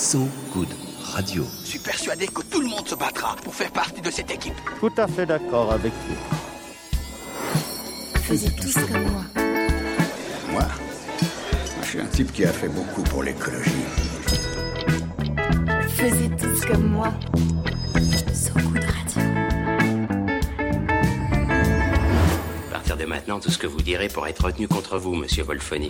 So Good Radio. Je suis persuadé que tout le monde se battra pour faire partie de cette équipe. Tout à fait d'accord avec vous. Faisiez tous comme moi. Moi, je suis un type qui a fait beaucoup pour l'écologie. Faisiez tous comme moi. So Good Radio. À partir de maintenant, tout ce que vous direz pourra être retenu contre vous, monsieur Wolfoni.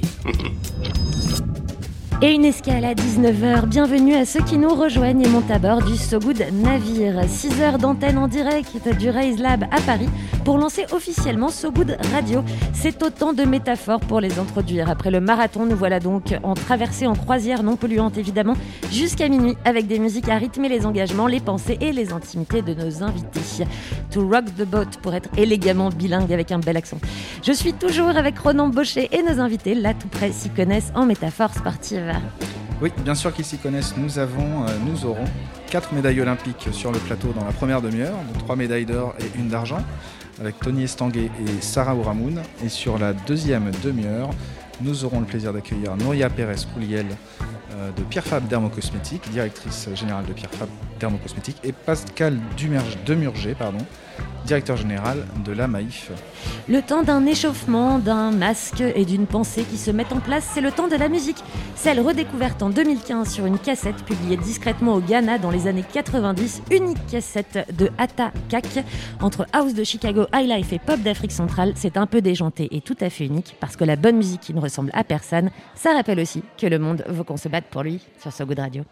Et une escale à 19h, bienvenue à ceux qui nous rejoignent et montent à bord du So Good Navire. 6 heures d'antenne en direct du Raise Lab à Paris pour lancer officiellement So Good Radio. C'est autant de métaphores pour les introduire. Après le marathon, nous voilà donc en traversée en croisière non polluante évidemment, jusqu'à minuit avec des musiques à rythmer les engagements, les pensées et les intimités de nos invités. To rock the boat pour être élégamment bilingue avec un bel accent. Je suis toujours avec Ronan Baucher et nos invités, là tout près, s'y connaissent en métaphores sportives. Oui, bien sûr qu'ils s'y connaissent. Nous aurons 4 médailles olympiques sur le plateau dans la première demi-heure, 3 médailles d'or et 1 d'argent, avec Tony Estanguet et Sarah Ouramoun. Et sur la deuxième demi-heure, nous aurons le plaisir d'accueillir Nouria Pérez-Pouliel de Pierre Fabre Dermocosmétique, directrice générale de Pierre Fabre Dermocosmétique, et Pascal Demurger, directeur général de la Maïf. Le temps d'un échauffement, d'un masque et d'une pensée qui se mettent en place, c'est le temps de la musique. Celle redécouverte en 2015 sur une cassette publiée discrètement au Ghana dans les années 90, unique cassette de Ata Kak. Entre house de Chicago, highlife et pop d'Afrique centrale, c'est un peu déjanté et tout à fait unique parce que la bonne musique qui ne ressemble à personne, ça rappelle aussi que le monde veut qu'on se batte pour lui sur So Good Radio.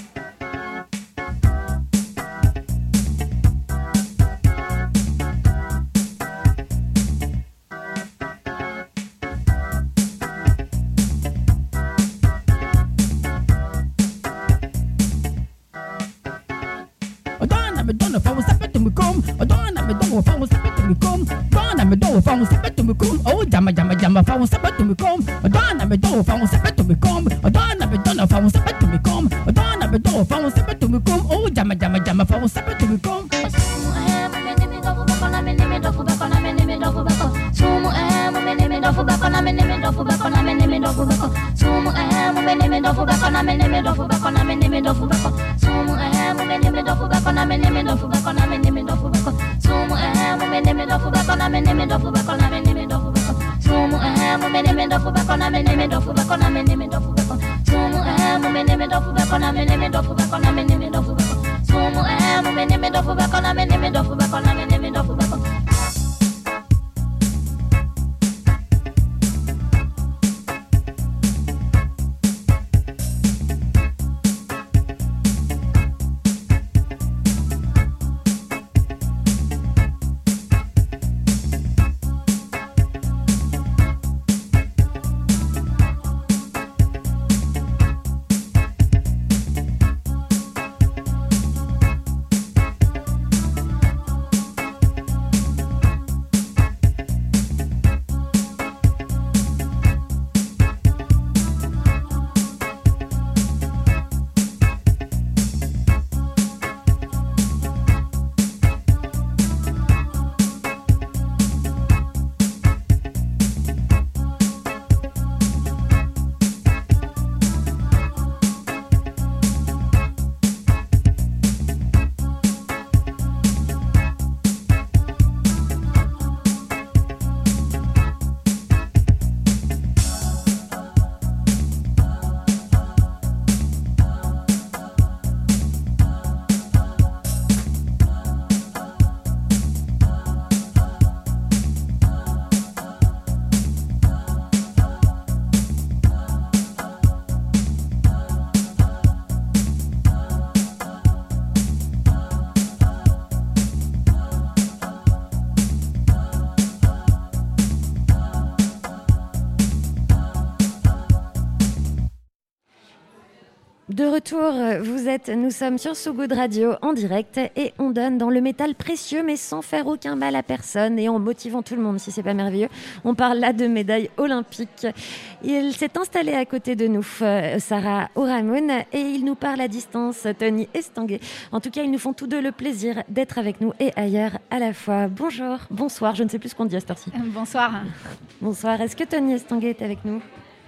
De retour, nous sommes sur So Good Radio en direct et on donne dans le métal précieux mais sans faire aucun mal à personne et en motivant tout le monde si c'est pas merveilleux. On parle là de médailles olympiques. Il s'est installé à côté de nous, Sarah Ouramoun, et il nous parle à distance, Tony Estanguet. En tout cas, ils nous font tous deux le plaisir d'être avec nous et ailleurs à la fois. Bonjour, bonsoir, je ne sais plus ce qu'on dit à cette heure-ci. Bonsoir. Bonsoir, est-ce que Tony Estanguet est avec nous ?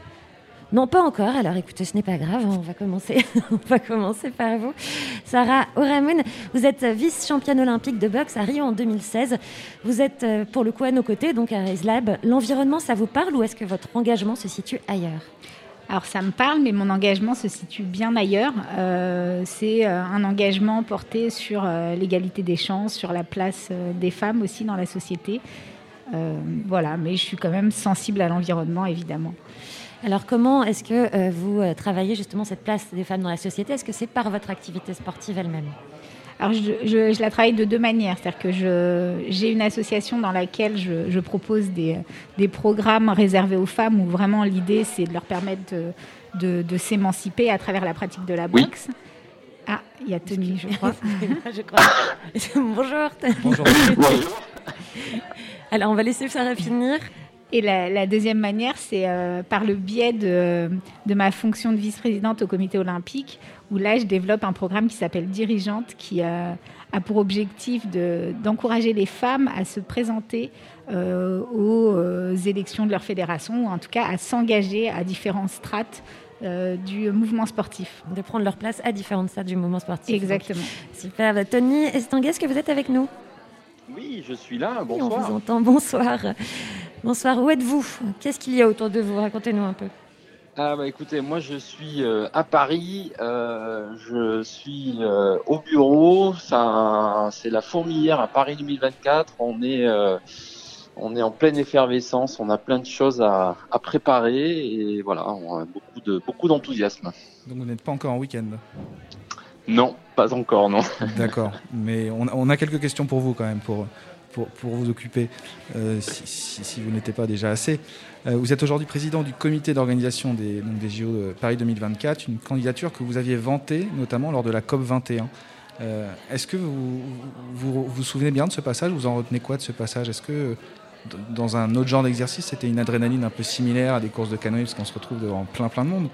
Non, pas encore. Alors écoutez, ce n'est pas grave. On va commencer, on va commencer par vous. Sarah Oramune, vous êtes vice-championne olympique de boxe à Rio en 2016. Vous êtes pour le coup à nos côtés, donc à Raise Lab. L'environnement, ça vous parle ou est-ce que votre engagement se situe ailleurs ? Alors ça me parle, mais mon engagement se situe bien ailleurs. C'est un engagement porté sur l'égalité des chances, sur la place des femmes aussi dans la société. Voilà, mais je suis quand même sensible à l'environnement, évidemment. Alors comment est-ce que vous travaillez justement cette place des femmes dans la société ? Est-ce que c'est par votre activité sportive elle-même ? Alors je la travaille de deux manières. C'est-à-dire que j'ai une association dans laquelle je propose des programmes réservés aux femmes où vraiment l'idée c'est de leur permettre de s'émanciper à travers la pratique de la boxe. Oui. Ah, il y a Tony, je crois. Je crois. Bonjour. Bonjour. Alors on va laisser Sarah finir. Et la deuxième manière, c'est par le biais de ma fonction de vice-présidente au comité olympique, où là, je développe un programme qui s'appelle Dirigeante, qui a pour objectif d'encourager les femmes à se présenter aux élections de leur fédération, ou en tout cas à s'engager à différentes strates du mouvement sportif. De prendre leur place à différentes strates du mouvement sportif. Exactement. Donc, super. Tony Estanguet, est-ce que vous êtes avec nous ? Oui, je suis là. Bonsoir. Oui, on vous entend. Bonsoir. Bonsoir. Où êtes-vous ? Qu'est-ce qu'il y a autour de vous ? Racontez-nous un peu. Écoutez, moi je suis à Paris. Je suis au bureau. C'est la fourmilière à Paris 2024. On est en pleine effervescence. On a plein de choses à préparer et voilà, on a beaucoup d'enthousiasme. Donc vous n'êtes pas encore en week-end ? Non, pas encore, non. D'accord, mais on a quelques questions pour vous quand même, pour vous occuper, si vous n'étiez pas déjà assez. Vous êtes aujourd'hui président du comité d'organisation des JO de Paris 2024, une candidature que vous aviez vantée, notamment lors de la COP 21. Est-ce que vous vous souvenez bien de ce passage ? Vous en retenez quoi de ce passage ? Est-ce que dans un autre genre d'exercice, c'était une adrénaline un peu similaire à des courses de canoë, parce qu'on se retrouve devant plein de monde, quoi ?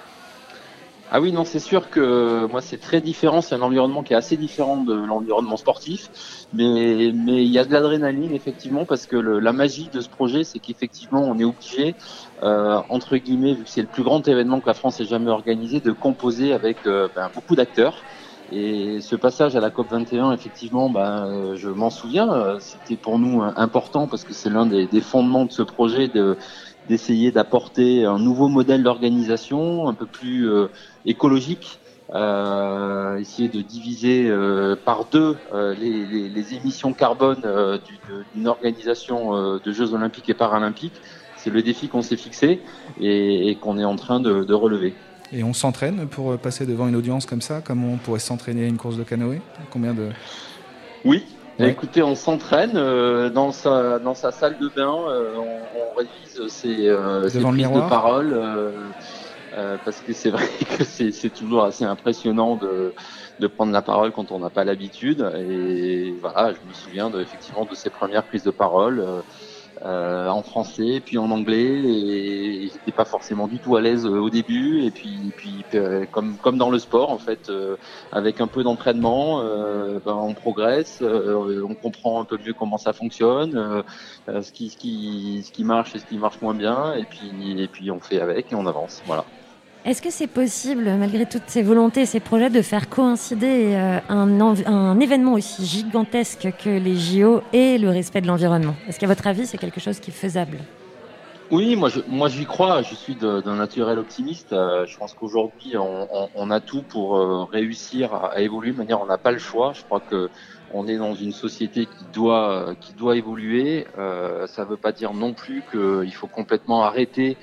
Ah oui, non, c'est sûr que moi c'est très différent, c'est un environnement qui est assez différent de l'environnement sportif, mais il y a de l'adrénaline effectivement parce que la magie de ce projet c'est qu'effectivement on est obligé, entre guillemets, vu que c'est le plus grand événement que la France ait jamais organisé, de composer avec beaucoup d'acteurs. Et ce passage à la COP 21, effectivement, je m'en souviens, c'était pour nous important parce que c'est l'un des fondements de ce projet d'essayer d'apporter un nouveau modèle d'organisation un peu plus écologique, essayer de diviser par deux les émissions carbone d'une organisation de Jeux Olympiques et Paralympiques. C'est le défi qu'on s'est fixé et qu'on est en train de relever. Et on s'entraîne pour passer devant une audience comme ça, comme on pourrait s'entraîner à une course de canoë ? Combien de... Oui. Ouais. Écoutez, on s'entraîne dans sa salle de bain, on révise ses prises de parole, parce que c'est vrai que c'est toujours assez impressionnant de prendre la parole quand on n'a pas l'habitude. Et voilà, je me souviens effectivement de ces premières prises de parole en français, puis en anglais, et j'étais pas forcément du tout à l'aise au début. Et puis comme dans le sport en fait, avec un peu d'entraînement, on progresse, on comprend un peu mieux comment ça fonctionne, ce qui marche et ce qui marche moins bien, et puis on fait avec et on avance. Voilà. Est-ce que c'est possible, malgré toutes ces volontés, ces projets, de faire coïncider un événement aussi gigantesque que les JO et le respect de l'environnement ? Est-ce qu'à votre avis, c'est quelque chose qui est faisable ? Oui, moi j'y crois. Je suis d'un naturel optimiste. Je pense qu'aujourd'hui, on a tout pour réussir à évoluer. De manière, on n'a pas le choix. Je crois que on est dans une société qui doit évoluer. Ça ne veut pas dire non plus qu'il faut complètement arrêter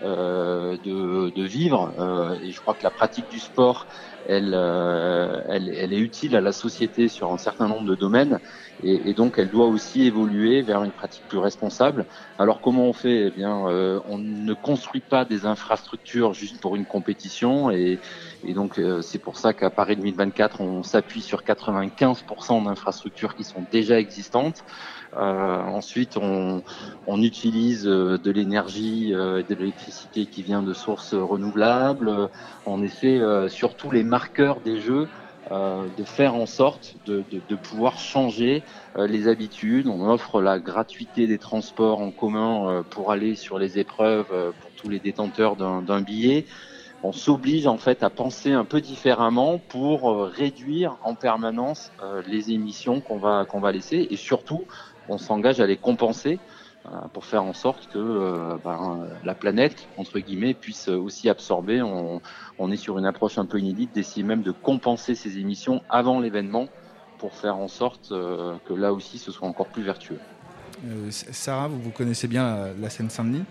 de vivre, et je crois que la pratique du sport elle est utile à la société sur un certain nombre de domaines, et donc elle doit aussi évoluer vers une pratique plus responsable. Alors comment on fait ? Eh bien, on ne construit pas des infrastructures juste pour une compétition, et donc c'est pour ça qu'à Paris 2024 on s'appuie sur 95% d'infrastructures qui sont déjà existantes. Ensuite, on utilise de l'énergie et de l'électricité qui vient de sources renouvelables. On essaie sur tous les marqueurs des jeux de faire en sorte de pouvoir changer les habitudes. On offre la gratuité des transports en commun pour aller sur les épreuves pour tous les détenteurs d'un billet. On s'oblige en fait à penser un peu différemment pour réduire en permanence les émissions qu'on va laisser, et surtout on s'engage à les compenser pour faire en sorte que la planète, entre guillemets, puisse aussi absorber. On est sur une approche un peu inédite d'essayer même de compenser ces émissions avant l'événement pour faire en sorte que là aussi ce soit encore plus vertueux. Sarah, vous connaissez bien la Seine-Saint-Denis.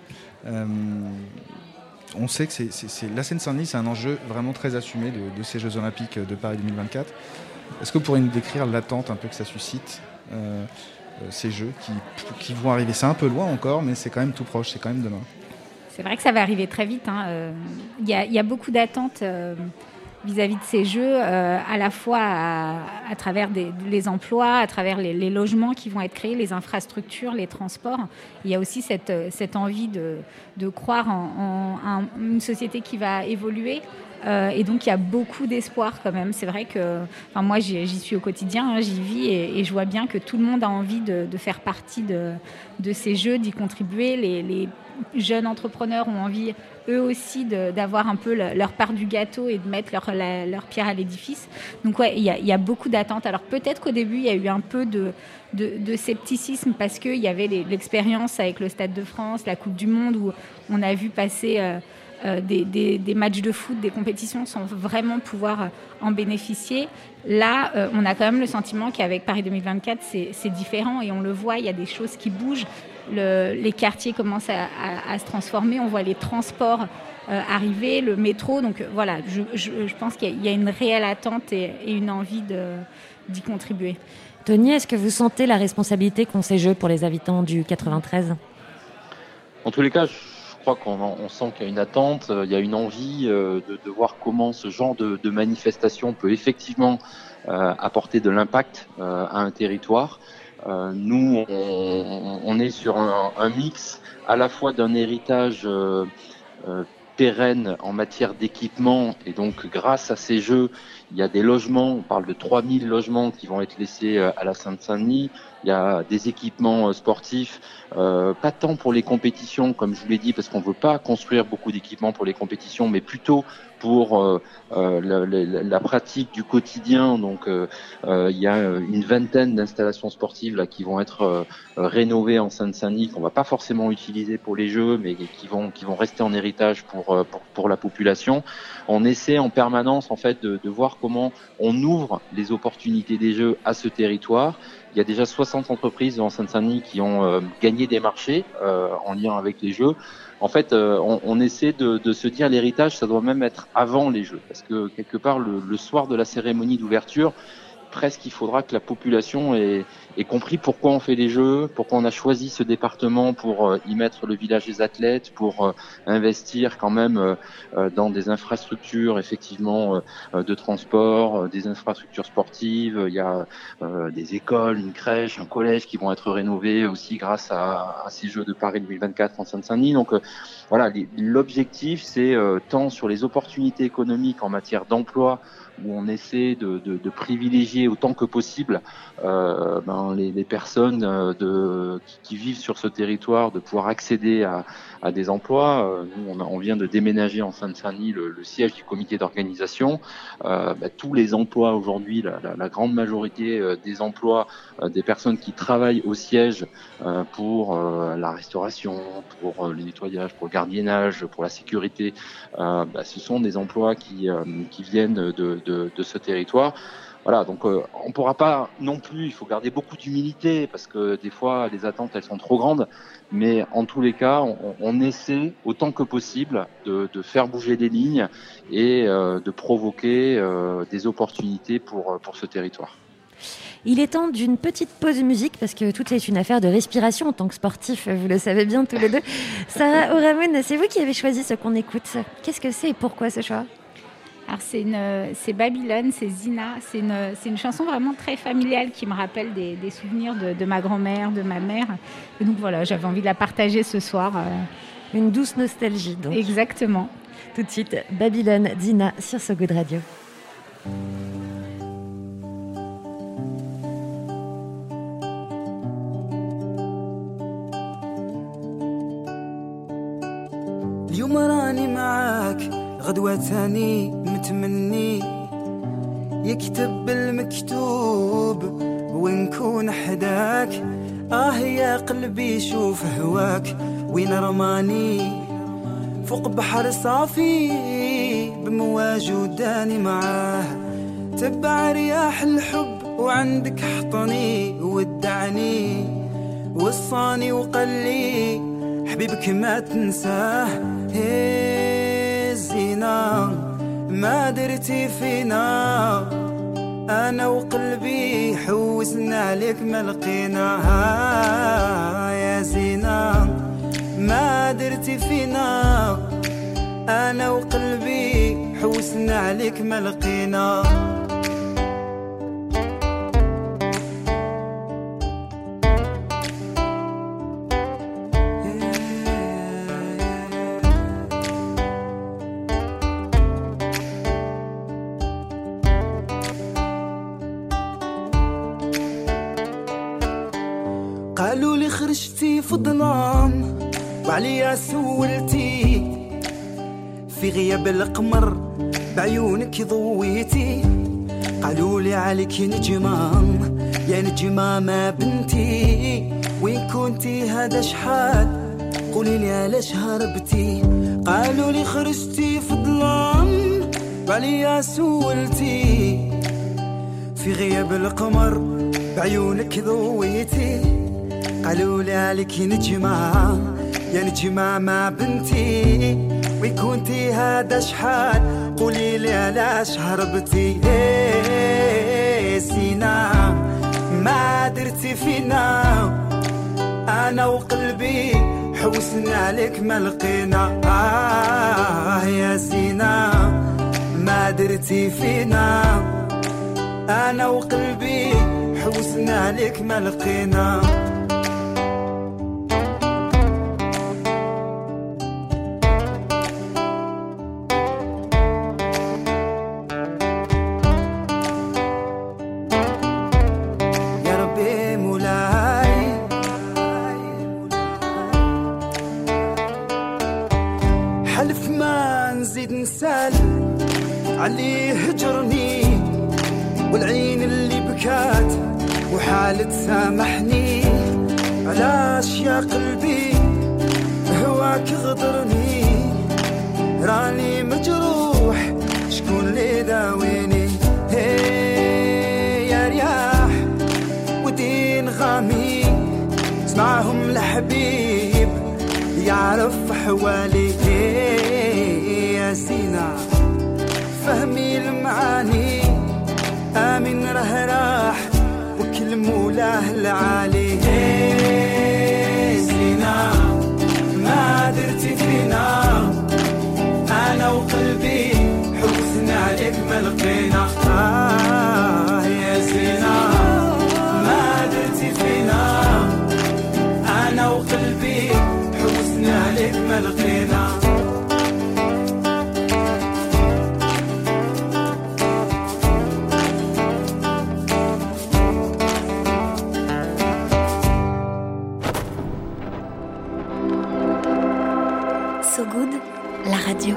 On sait que la Seine-Saint-Denis, c'est un enjeu vraiment très assumé de ces Jeux Olympiques de Paris 2024. Est-ce que vous pourriez nous décrire l'attente un peu que ça suscite ces Jeux qui vont arriver? C'est un peu loin encore, mais c'est quand même tout proche, c'est quand même demain. C'est vrai que ça va arriver très vite. Il y a beaucoup d'attentes vis-à-vis de ces Jeux, à la fois à travers les emplois, à travers les logements qui vont être créés, les infrastructures, les transports. Il y a aussi cette envie de croire en une société qui va évoluer. Et donc il y a beaucoup d'espoir quand même. C'est vrai que moi j'y suis au quotidien, j'y vis et je vois bien que tout le monde a envie de faire partie de ces Jeux, d'y contribuer. Les jeunes entrepreneurs ont envie eux aussi d'avoir un peu leur part du gâteau et de mettre leur pierre à l'édifice. Donc ouais, il y a beaucoup d'attentes. Alors peut-être qu'au début il y a eu un peu de scepticisme parce qu'il y avait l'expérience avec le Stade de France, la Coupe du Monde, où on a vu passer des matchs de foot, des compétitions sans vraiment pouvoir en bénéficier. Là, on a quand même le sentiment qu'avec Paris 2024, c'est différent et on le voit, il y a des choses qui bougent. Les quartiers commencent à se transformer, on voit les transports arriver, le métro. Donc voilà, je pense qu'il y a une réelle attente et une envie d'y contribuer. Tony, est-ce que vous sentez la responsabilité qu'ont ces Jeux pour les habitants du 93 ? En tous les cas, je crois qu'on sent qu'il y a une attente, il y a une envie de voir comment ce genre de manifestation peut effectivement apporter de l'impact à un territoire. Nous, on est sur un mix à la fois d'un héritage pérenne en matière d'équipement, et donc grâce à ces Jeux, il y a des logements, on parle de 3000 logements qui vont être laissés à la Seine-Saint-Denis. Il y a des équipements sportifs, pas tant pour les compétitions, comme je vous l'ai dit, parce qu'on ne veut pas construire beaucoup d'équipements pour les compétitions, mais plutôt pour la pratique du quotidien. Donc, il y a une vingtaine d'installations sportives là qui vont être rénovées en Seine-Saint-Denis, qu'on va pas forcément utiliser pour les Jeux, mais qui vont rester en héritage pour la population. On essaie en permanence en fait de voir comment on ouvre les opportunités des Jeux à ce territoire. Il y a déjà 60 entreprises en Seine-Saint-Denis qui ont gagné des marchés en lien avec les Jeux. En fait, on essaie de se dire l'héritage, ça doit même être avant les Jeux. Parce que quelque part, le soir de la cérémonie d'ouverture, presque il faudra que la population ait compris pourquoi on fait les Jeux, pourquoi on a choisi ce département pour y mettre le village des athlètes, pour investir quand même dans des infrastructures effectivement de transport, des infrastructures sportives. Il y a des écoles, une crèche, un collège qui vont être rénovés aussi grâce à ces Jeux de Paris 2024 en Seine-Saint-Denis. Donc voilà, l'objectif c'est tant sur les opportunités économiques en matière d'emploi, où on essaie de privilégier autant que possible les personnes qui vivent sur ce territoire, de pouvoir accéder à des emplois. Nous, on vient de déménager en Seine-Saint-Denis le siège du comité d'organisation. Tous les emplois aujourd'hui, la grande majorité des emplois des personnes qui travaillent au siège pour la restauration, pour le nettoyage, pour le gardiennage, pour la sécurité, ce sont des emplois qui viennent de ce territoire. Voilà, donc on pourra pas non plus, il faut garder beaucoup d'humilité parce que des fois les attentes elles sont trop grandes, mais en tous les cas on essaie autant que possible de faire bouger les lignes et de provoquer des opportunités pour ce territoire. Il est temps d'une petite pause musique parce que tout est une affaire de respiration en tant que sportif, vous le savez bien tous les deux. Sarah Oramon, c'est vous qui avez choisi ce qu'on écoute. Qu'est-ce que c'est et pourquoi ce choix ? Alors c'est Babylone, c'est Zina, c'est une chanson vraiment très familiale qui me rappelle des souvenirs de ma grand-mère, de ma mère. Et donc voilà, j'avais envie de la partager ce soir. Une douce nostalgie donc. Exactement. Tout de suite, Babylone, Zina sur So Good Radio. غدوة تاني متمني يكتب المكتوب ونكون حداك يا قلبي شوف هواك وين رماني فوق بحر صافي بمواج وداني معاه تبع رياح الحب وعندك حطني ودعني وصاني وقلي حبيبك ما تنساه الزينة ما درتي فينا أنا وقلبي حوسنا عليك ما لقينا يا زينة ما درتي فينا أنا وقلبي حوسنا عليك ما لقينا قالوا لي خرجتي في الظلام وعليا سولتي في غياب القمر بعيونك ضويتي قالوا لي عليك يا نجمة ما بنتي وين كنتي هذا شحال قولي لي علاش هربتي قالوا لي خرجتي في الظلام وعليا سولتي في غياب القمر بعيونك ضويتي قالوا لي عليك يا نجمة ما بنتي وين كنتي هذا شحال قولي لي علاش هربتي سينا ما درتي فينا أنا وقلبي حوسنا عليك ما لقينا يا زينة ما درتي فينا أنا وقلبي حوسنا عليك ما لقينا حلف ما نزيد نسال عليه هجرني والعين اللي بكات وحالة سامحني علاش يا قلبي هواك غدرني راني مجروح شكون اللي داويني يا رياح ودين غامي اسمعهم الحبيب يعرف حوالي يا زينة فهمي المعاني آمن راح وكل مولاه العالي زينة ما درتي فينا أنا وقلبي حوسنا عليك ما لقينا يا زينة ما درتي فينا أنا وقلبي حوسنا عليك ما لقينا So Good, la radio.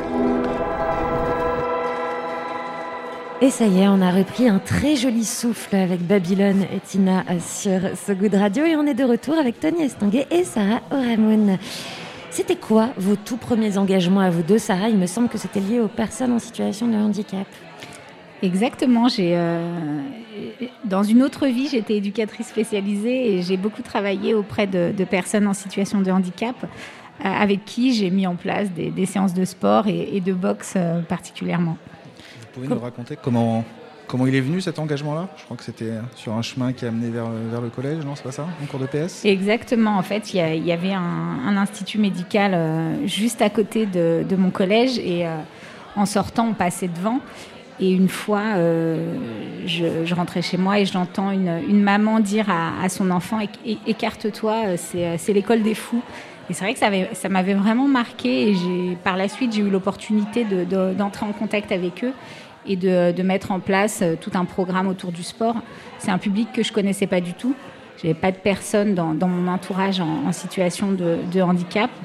Et ça y est, on a repris un très joli souffle avec Babylone et Tina sur So Good Radio et on est de retour avec Tony Estanguet et Sarah Oramoun. C'était quoi vos tout premiers engagements à vous deux, Sarah? Il me semble que c'était lié aux personnes en situation de handicap. Exactement. Dans une autre vie, j'étais éducatrice spécialisée et j'ai beaucoup travaillé auprès de personnes en situation de handicap avec qui j'ai mis en place des séances de sport et de boxe particulièrement. Vous pouvez nous raconter comment il est venu cet engagement-là? Je crois que c'était sur un chemin qui a amené vers le collège, non? C'est pas ça? Un cours de PS? Exactement. En fait, il y avait un institut médical juste à côté de mon collège et en sortant, on passait devant. Et une fois, je rentrais chez moi et j'entends une maman dire à son enfant « Écarte-toi, c'est l'école des fous ». Et c'est vrai que ça m'avait vraiment marqué et par la suite, j'ai eu l'opportunité d'entrer en contact avec eux et de mettre en place tout un programme autour du sport. C'est un public que je ne connaissais pas du tout. Je n'avais pas de personnes dans mon entourage en situation de handicap.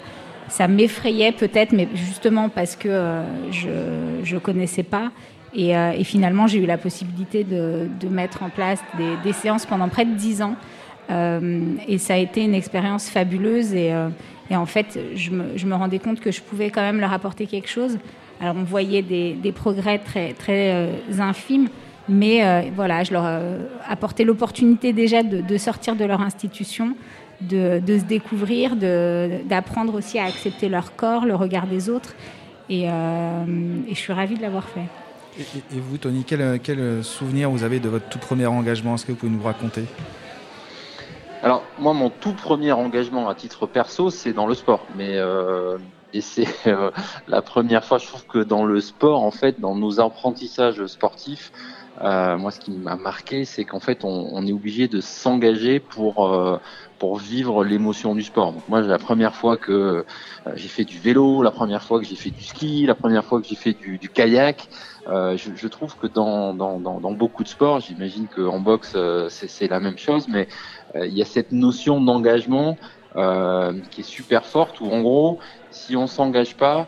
ça m'effrayait peut-être, mais justement parce que je connaissais pas. Et finalement, j'ai eu la possibilité de mettre en place des séances pendant près de 10 ans. Et ça a été une expérience fabuleuse. Et en fait, je me rendais compte que je pouvais quand même leur apporter quelque chose. Alors, on voyait des progrès très, très infimes. Mais voilà, je leur apportais l'opportunité déjà de sortir de leur institution, de se découvrir, d'apprendre aussi à accepter leur corps, le regard des autres. Et je suis ravie de l'avoir fait. Et vous, Tony, quel souvenir vous avez de votre tout premier engagement ? Est-ce que vous pouvez nous raconter ? Alors, moi, mon tout premier engagement à titre perso, c'est dans le sport. Et c'est la première fois, je trouve que dans le sport, en fait, dans nos apprentissages sportifs, moi, ce qui m'a marqué, c'est qu'en fait, on est obligé de s'engager pour vivre l'émotion du sport. Donc moi, la première fois que j'ai fait du vélo, la première fois que j'ai fait du ski, la première fois que j'ai fait du kayak, je trouve que dans beaucoup de sports, j'imagine qu'en boxe, c'est la même chose, mais il y a cette notion d'engagement qui est super forte, où en gros, si on s'engage pas,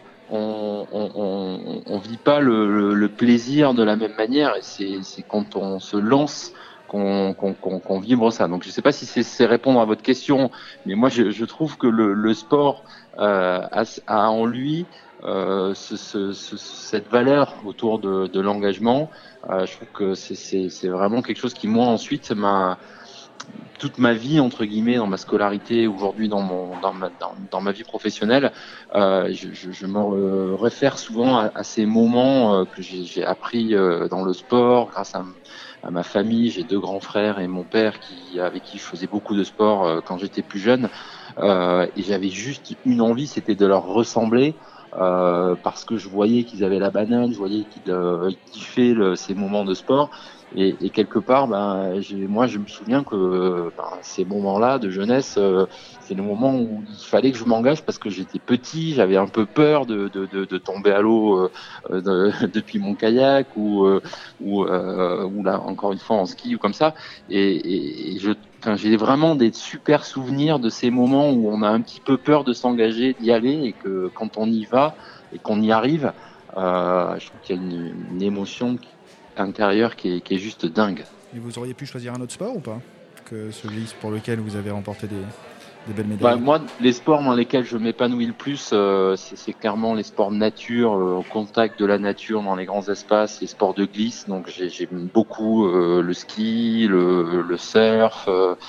on vit pas le plaisir de la même manière, et c'est quand on se lance qu'on vibre ça. Donc je sais pas si c'est répondre à votre question, mais moi je trouve que le sport a en lui cette valeur autour de l'engagement. Je trouve que c'est vraiment quelque chose qui, moi, ensuite, toute ma vie, entre guillemets, dans ma scolarité, aujourd'hui dans ma vie professionnelle, je me réfère souvent à ces moments que j'ai appris dans le sport grâce à ma famille. J'ai 2 grands frères et mon père avec qui je faisais beaucoup de sport quand j'étais plus jeune, et j'avais juste une envie, c'était de leur ressembler. Parce que je voyais qu'ils avaient la banane, je voyais qu'ils kiffaient ces moments de sport, et quelque part, moi je me souviens que ces moments-là de jeunesse, c'est le moment où il fallait que je m'engage parce que j'étais petit, j'avais un peu peur de tomber à l'eau depuis mon kayak ou là encore une fois en ski ou comme ça, et j'ai vraiment des super souvenirs de ces moments où on a un petit peu peur de s'engager, d'y aller, et que quand on y va et qu'on y arrive, je trouve qu'il y a une émotion intérieure qui est juste dingue. Et vous auriez pu choisir un autre sport ou pas que celui pour lequel vous avez remporté des belles médailles? Moi, les sports dans lesquels je m'épanouis le plus, c'est clairement les sports nature, au contact de la nature, dans les grands espaces, les sports de glisse. Donc j'aime beaucoup le ski, le surf.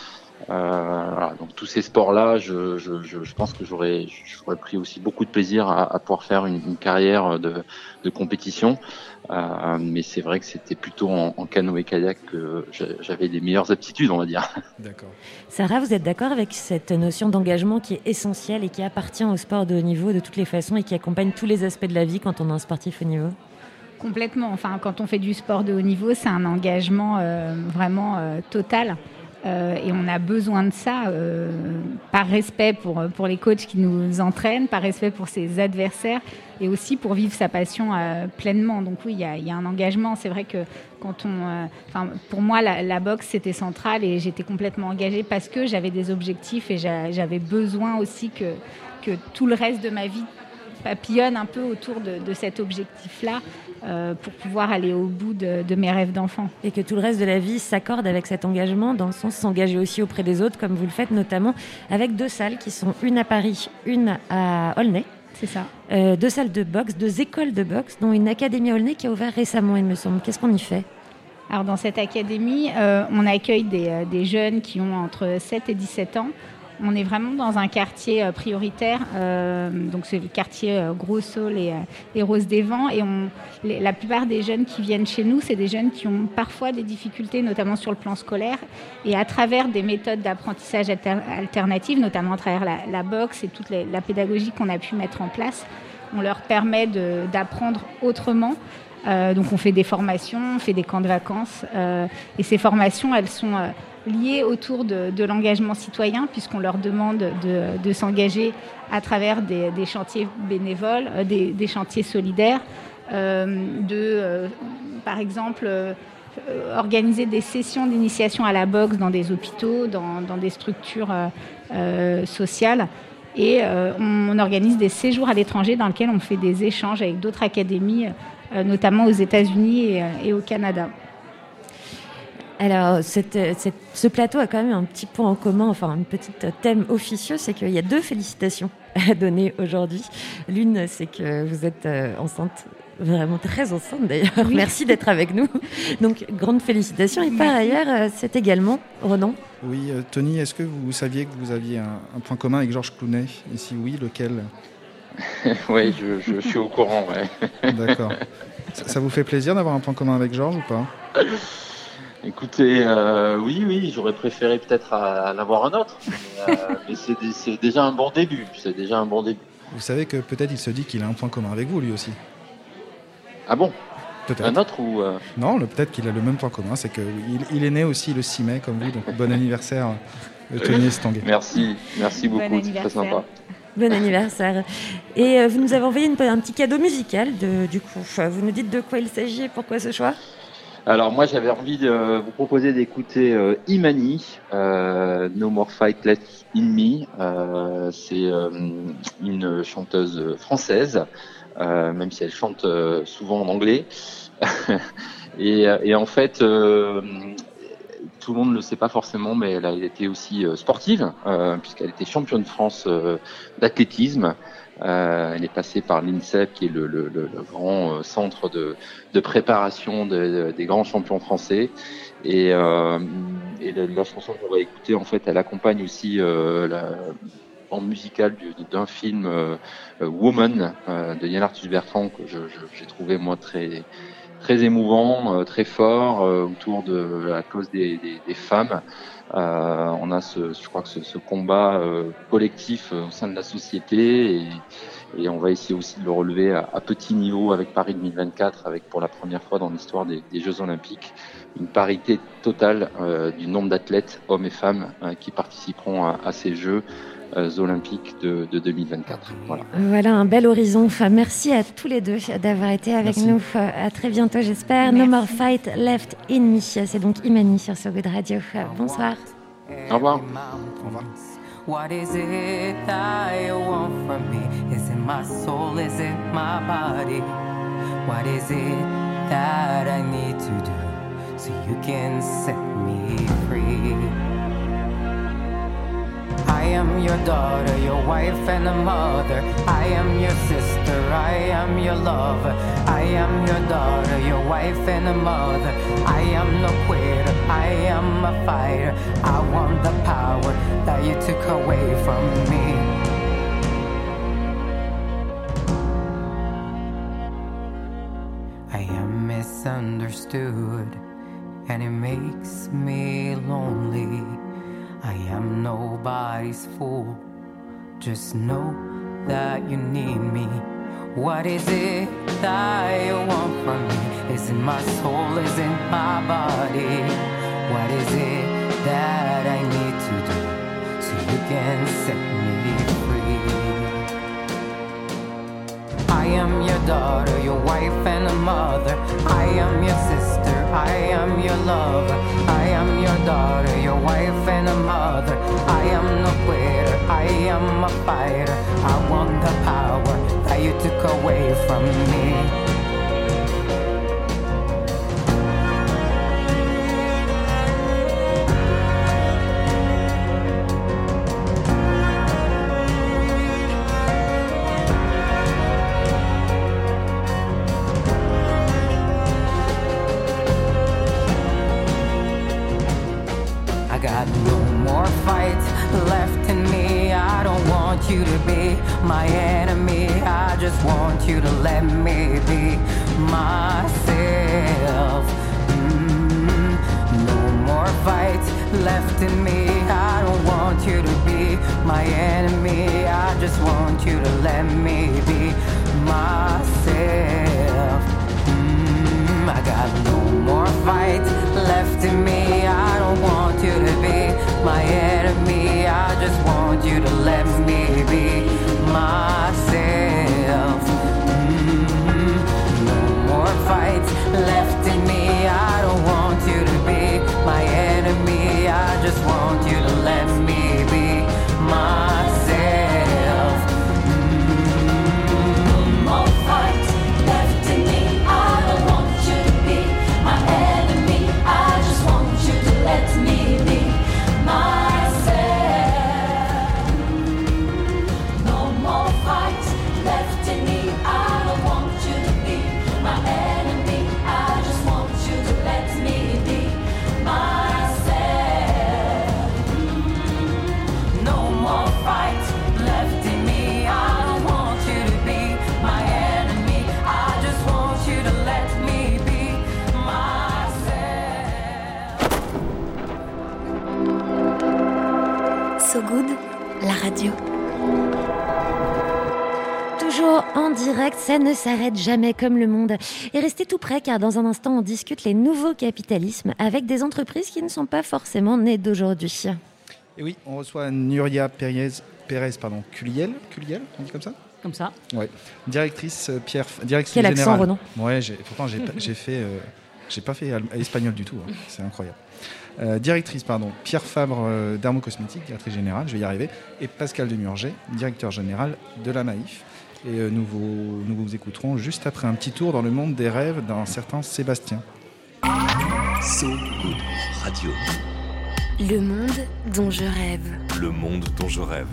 Voilà. Donc tous ces sports-là, je pense que j'aurais pris aussi beaucoup de plaisir à pouvoir faire une carrière de compétition. Mais c'est vrai que c'était plutôt en canoë-kayak que j'avais les meilleures aptitudes, on va dire. D'accord. Sarah, vous êtes d'accord avec cette notion d'engagement qui est essentielle et qui appartient au sport de haut niveau de toutes les façons et qui accompagne tous les aspects de la vie quand on est un sportif haut niveau ? Complètement. Enfin, quand on fait du sport de haut niveau, c'est un engagement vraiment total. Et on a besoin de ça par respect pour les coachs qui nous entraînent, par respect pour ses adversaires et aussi pour vivre sa passion pleinement. Donc oui, il y a un engagement. C'est vrai que pour moi, la boxe, c'était central et j'étais complètement engagée parce que j'avais des objectifs et j'avais besoin aussi que tout le reste de ma vie papillonne un peu autour de cet objectif-là pour pouvoir aller au bout de mes rêves d'enfant. Et que tout le reste de la vie s'accorde avec cet engagement, dans le sens s'engager aussi auprès des autres, comme vous le faites notamment avec 2 salles qui sont une à Paris, une à Aulnay. C'est ça. 2 salles de boxe, 2 écoles de boxe, dont une académie à Aulnay qui a ouvert récemment, il me semble. Qu'est-ce qu'on y fait ? Alors dans cette académie, on accueille des jeunes qui ont entre 7 et 17 ans. On est vraiment dans un quartier prioritaire, donc c'est le quartier Gros Saule et Rose des Vents. Et la plupart des jeunes qui viennent chez nous, c'est des jeunes qui ont parfois des difficultés, notamment sur le plan scolaire. Et à travers des méthodes d'apprentissage alternatives, notamment à travers la boxe et toute la pédagogie qu'on a pu mettre en place, on leur permet d'apprendre autrement. Donc on fait des formations, on fait des camps de vacances. Et ces formations, elles sont liées autour de l'engagement citoyen, puisqu'on leur demande de s'engager à travers des chantiers bénévoles, des chantiers solidaires, par exemple, organiser des sessions d'initiation à la boxe dans des hôpitaux, dans des structures sociales. Et on organise des séjours à l'étranger dans lesquels on fait des échanges avec d'autres académies, notamment aux États-Unis et au Canada. Alors, ce plateau a quand même un petit point en commun, enfin un petit thème officieux, c'est qu'il y a 2 félicitations à donner aujourd'hui. L'une, c'est que vous êtes enceinte, vraiment très enceinte d'ailleurs. Oui. Merci d'être avec nous. Donc, grande félicitations. Et par ailleurs, c'est également Ronan. Oui, Tony, est-ce que vous saviez que vous aviez un point commun avec Georges Clooney ? Et si oui, lequel ? Oui, je suis au courant, ouais. D'accord. Ça vous fait plaisir d'avoir un point commun avec Georges ou pas ? Écoutez, oui, j'aurais préféré peut-être en avoir un autre, mais c'est déjà un bon début. Vous savez que peut-être il se dit qu'il a un point commun avec vous, lui aussi. Ah bon ? Peut-être. Un autre ou Non, peut-être qu'il a le même point commun, c'est qu'il est né aussi le 6 mai, comme vous, donc bon anniversaire, Tony Estanguet. Merci beaucoup, c'est très sympa. Bon anniversaire. Et vous nous avez envoyé un petit cadeau musical, du coup. Vous nous dites de quoi il s'agit et pourquoi ce choix ? Alors moi j'avais envie de vous proposer d'écouter Imani, No More Fight Left in Me. C'est une chanteuse française, même si elle chante souvent en anglais. et en fait, tout le monde ne le sait pas forcément, mais elle a été aussi sportive, puisqu'elle était championne de France d'athlétisme. Elle est passée par l'INSEP, qui est le grand centre de préparation des grands champions français. Et la chanson qu'on va écouter, en fait, elle accompagne aussi la bande musicale d'un film Woman de Yann Arthus Bertrand, que j'ai trouvé moi très émouvant, très fort, autour de la cause des femmes. On a je crois que ce combat collectif au sein de la société, et on va essayer aussi de le relever à petit niveau avec Paris 2024, avec pour la première fois dans l'histoire des Jeux Olympiques une parité totale du nombre d'athlètes, hommes et femmes, qui participeront à ces Jeux Olympiques de 2024. Voilà un bel horizon. Enfin, merci à tous les deux d'avoir été avec nous. À très bientôt, j'espère. Merci. No More Fight Left in Me. C'est donc Imani sur So Good Radio. Bonsoir. Au revoir. Au revoir. What is it that you want from me? Is it my soul? Is it my body? What is it that I need to do so you can set me free? I am your daughter, your wife and a mother. I am your sister, I am your lover. I am your daughter, your wife and a mother. I am no quitter, I am a fighter. I want the power that you took away from me. I am misunderstood, and it makes me lonely. I am nobody's fool. Just know that you need me. What is it that you want from me? Is it my soul? Is it my body? What is it that I need to do so you can set me free? I am your daughter, your wife and a mother. I am your sister, I am your lover. I am your daughter, your wife and a mother. I am no quitter, I am a fighter. I want the power that you took away from me. Got no more fights left in me. I don't want you to be my enemy. I just want you to let me be myself. No more fights left in me. I don't want you to be my enemy. I just want you to let me be myself. I got no more fights left in me. I don't want you to be my enemy. I just want you to let me be myself. No more fights left in me. I don't want you to be my enemy. I just want you to let me be myself. En direct, ça ne s'arrête jamais comme le monde. Et restez tout près car dans un instant, on discute les nouveaux capitalismes avec des entreprises qui ne sont pas forcément nées d'aujourd'hui. Et oui, on reçoit Nuria Pérez Culiel, on dit comme ça ? Comme ça. Ouais. Directrice Quel générale. accent, Renan ? Ouais, pourtant j'ai pas fait espagnol du tout. Hein. C'est incroyable. Directrice, Pierre Fabre Dermocosmétique, directrice générale, je vais y arriver, et Pascal Demurger, directeur général de la Maïf. Et nous vous écouterons juste après un petit tour dans le monde des rêves d'un certain Sébastien. So Good Radio. Le monde dont je rêve. Le monde dont je rêve.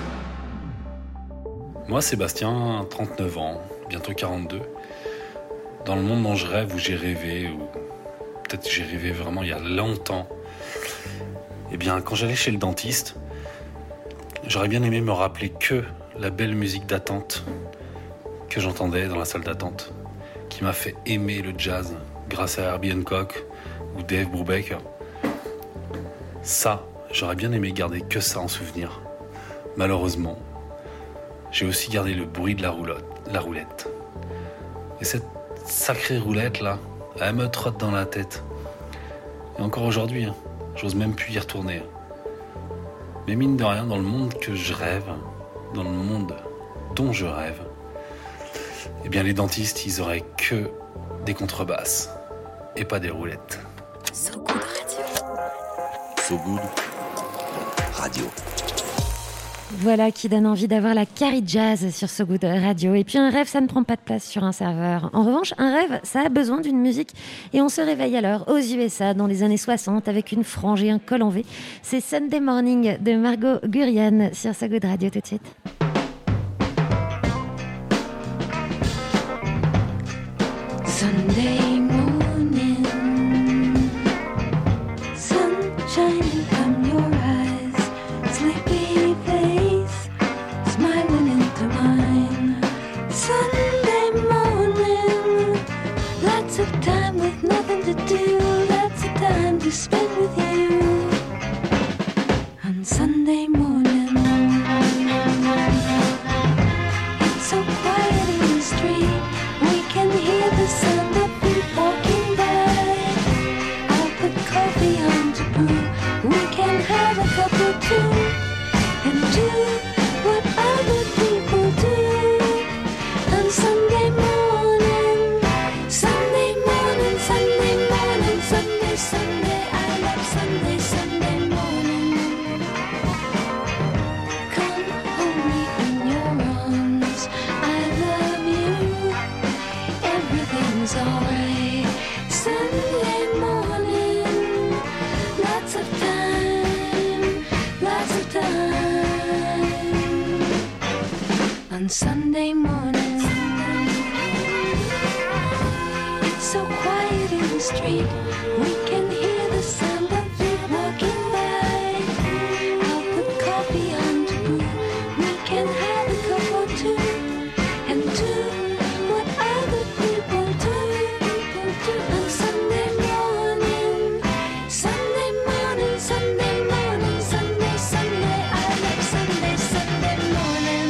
Moi, Sébastien, 39 ans, bientôt 42. Dans le monde dont je rêve, où j'ai rêvé, ou peut-être j'ai rêvé vraiment il y a longtemps. Eh bien, quand j'allais chez le dentiste, j'aurais bien aimé me rappeler que la belle musique d'attente que j'entendais dans la salle d'attente, qui m'a fait aimer le jazz grâce à Herbie Hancock ou Dave Brubaker. Ça, j'aurais bien aimé garder que ça en souvenir. Malheureusement, j'ai aussi gardé le bruit de la roulette. Et cette sacrée roulette là, elle me trotte dans la tête. Et encore aujourd'hui, j'ose même plus y retourner. Mais mine de rien, dans le monde que je rêve, dans le monde dont je rêve, eh bien les dentistes, ils auraient que des contrebasses et pas des roulettes. So Good Radio. So Good Radio. Voilà qui donne envie d'avoir la carry jazz sur So Good Radio. Et puis un rêve, ça ne prend pas de place sur un serveur. En revanche, un rêve, ça a besoin d'une musique. Et on se réveille alors aux USA dans les années 60 avec une frange et un col en V. C'est Sunday Morning de Margot Gurian sur So Good Radio tout de suite. Sunday morning, sun shining from your eyes, sleepy face smiling into mine. Sunday morning, lots of time with nothing to do, lots of time to spend with you. On Sunday morning, it's so quiet in the street. We can hear the sound of feet walking by. I'll put coffee on to brew. We can have a cup or two and do what other people do. On Sunday morning, Sunday morning, Sunday morning, Sunday, Sunday. I love Sunday, Sunday morning. Come hold me in your arms. I love you. Everything's alright. Sunday morning, lots of time, lots of time. On Sunday morning, it's so quiet in the street. We can hear the sound of feet walking by. I'll put coffee on to brew. We can have a cup or two and do what other people do. On Sunday morning, Sunday morning, Sunday morning, Sunday, Sunday. I love Sunday, Sunday morning.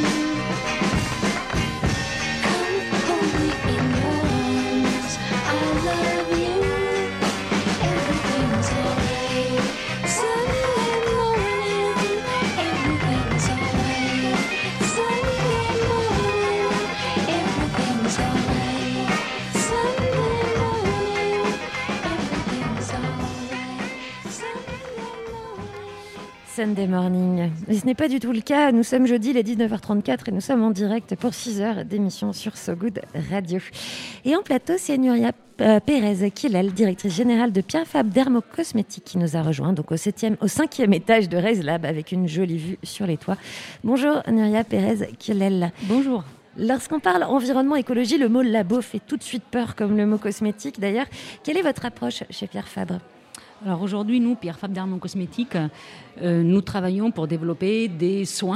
Come hold me in your arms. I love you. Everything's alright. Sunday morning, everything's alright. Sunday morning, everything's alright. Sunday morning, everything's alright. Sunday Morning. Mais ce n'est pas du tout le cas. Nous sommes jeudi, il est 19h34 et nous sommes en direct pour 6 heures d'émission sur So Good Radio. Et en plateau, c'est Nuria Pérez Quillel, directrice générale de Pierre Fabre Dermocosmétique, qui nous a rejoint donc au 5e étage de Raise Lab avec une jolie vue sur les toits. Bonjour Nuria Pérez Quillel. Bonjour. Lorsqu'on parle environnement, écologie, le mot labo fait tout de suite peur, comme le mot cosmétique d'ailleurs. Quelle est votre approche chez Pierre Fabre ? Alors aujourd'hui, nous, Pierre Fabre Dermocosmétique, nous travaillons pour développer des soins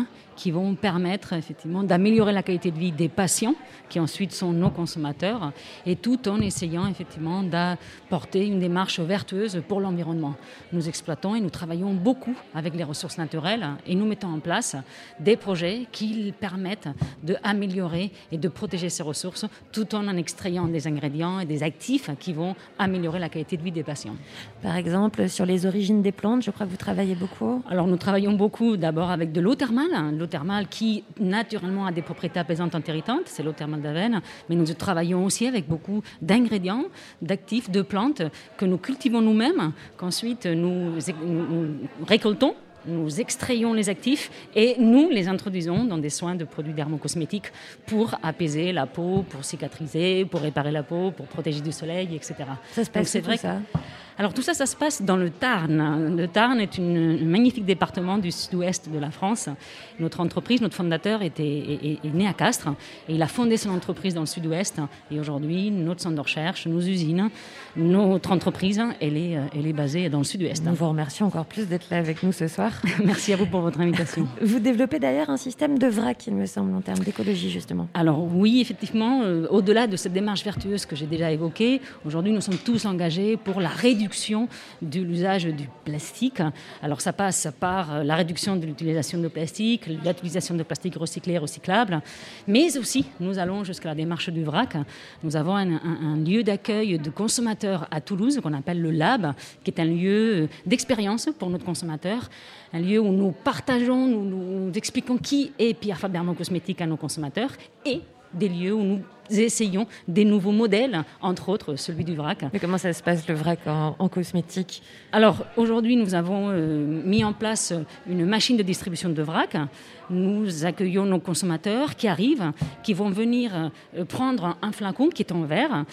qui vont permettre effectivement d'améliorer la qualité de vie des patients, qui ensuite sont nos consommateurs, et tout en essayant effectivement d'apporter une démarche vertueuse pour l'environnement. Nous exploitons et nous travaillons beaucoup avec les ressources naturelles et nous mettons en place des projets qui permettent d'améliorer et de protéger ces ressources tout en extrayant des ingrédients et des actifs qui vont améliorer la qualité de vie des patients. Par exemple, sur les origines des plantes, je crois que vous travaillez beaucoup. Alors nous travaillons beaucoup d'abord avec de l'eau thermale qui naturellement a des propriétés apaisantes entéritantes, c'est l'eau thermale d'Avesnes, mais nous travaillons aussi avec beaucoup d'ingrédients, d'actifs, de plantes que nous cultivons nous-mêmes, qu'ensuite nous récoltons. Nous extrayons les actifs et nous les introduisons dans des soins de produits dermocosmétiques pour apaiser la peau, pour cicatriser, pour réparer la peau, pour protéger du soleil, etc. Ça se passe où, ça ? Alors tout ça, ça se passe dans le Tarn. Le Tarn est un magnifique département du sud-ouest de la France. Notre entreprise, notre fondateur est né à Castres et il a fondé son entreprise dans le sud-ouest. Et aujourd'hui, notre centre de recherche, nos usines, notre entreprise, elle est basée dans le sud-ouest. Nous vous remercions encore plus d'être là avec nous ce soir. Merci à vous pour votre invitation. Vous développez d'ailleurs un système de vrac, il me semble, en termes d'écologie justement. Alors oui, effectivement, au-delà de cette démarche vertueuse que j'ai déjà évoquée, aujourd'hui nous sommes tous engagés pour la réduction de l'usage du plastique. Alors ça passe par la réduction de l'utilisation de plastique, l'utilisation de plastique recyclé et recyclable, mais aussi nous allons jusqu'à la démarche du vrac. Nous avons un lieu d'accueil de consommateurs à Toulouse qu'on appelle le Lab, qui est un lieu d'expérience pour notre consommateur, un lieu où nous partageons, nous expliquons qui est Pierre Fabre Dermocosmétique à nos consommateurs et des lieux où nous essayons des nouveaux modèles, entre autres celui du vrac. Mais comment ça se passe le vrac en cosmétique ? Alors aujourd'hui nous avons mis en place une machine de distribution de vrac. Nous accueillons nos consommateurs qui arrivent, qui vont venir prendre un flacon qui est en verre.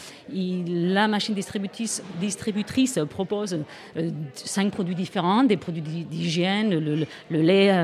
La machine distributrice propose 5 produits différents, des produits d'hygiène, le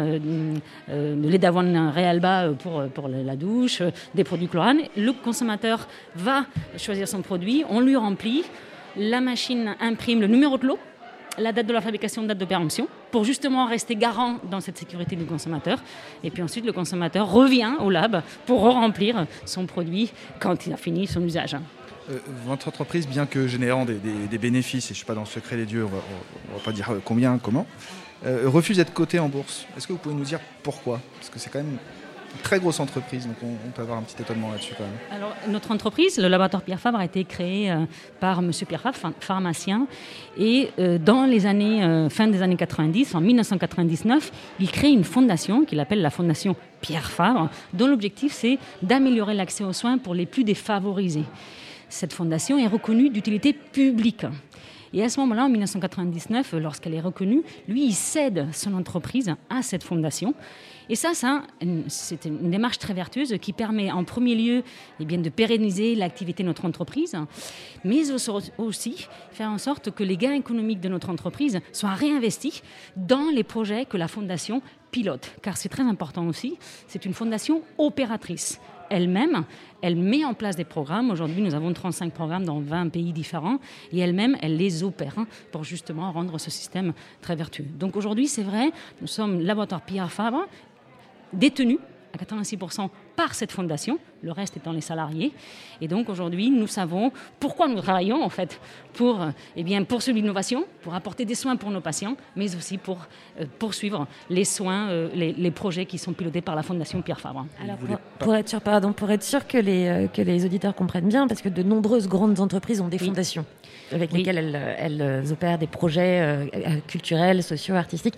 lait d'avoine Realba pour la douche, des produits chlorane. Le consommateur va choisir son produit, on lui remplit, la machine imprime le numéro de lot, la date de la fabrication, date de péremption, pour justement rester garant dans cette sécurité du consommateur. Et puis ensuite, le consommateur revient au lab pour remplir son produit quand il a fini son usage. Votre entreprise, bien que générant des bénéfices, et je ne suis pas dans le secret des dieux, on ne va pas dire combien, comment, refuse d'être cotée en bourse. Est-ce que vous pouvez nous dire pourquoi ? Parce que c'est quand même une très grosse entreprise, donc on peut avoir un petit étonnement là-dessus quand même. Alors, notre entreprise, le laboratoire Pierre Fabre, a été créé par M. Pierre Fabre, pharmacien, et dans les années, fin des années 90, en 1999, il crée une fondation qu'il appelle la Fondation Pierre Fabre, dont l'objectif c'est d'améliorer l'accès aux soins pour les plus défavorisés. Cette fondation est reconnue d'utilité publique. Et à ce moment-là, en 1999, lorsqu'elle est reconnue, lui, il cède son entreprise à cette fondation. Et ça c'est une démarche très vertueuse qui permet en premier lieu de pérenniser l'activité de notre entreprise, mais aussi faire en sorte que les gains économiques de notre entreprise soient réinvestis dans les projets que la fondation pilote. Car c'est très important aussi, c'est une fondation opératrice. Elle-même, elle met en place des programmes. Aujourd'hui, nous avons 35 programmes dans 20 pays différents. Et elle-même, elle les opère pour justement rendre ce système très vertueux. Donc aujourd'hui, c'est vrai, nous sommes laboratoire Pierre Fabre, détenus à 86% par cette fondation, le reste étant les salariés. Et donc aujourd'hui, nous savons pourquoi nous travaillons en fait, pour poursuivre l'innovation, pour apporter des soins pour nos patients, mais aussi pour poursuivre les soins, les projets qui sont pilotés par la Fondation Pierre Fabre. Alors pour être sûr que les auditeurs comprennent bien, parce que de nombreuses grandes entreprises ont des fondations avec lesquelles elles opèrent des projets culturels, sociaux, artistiques.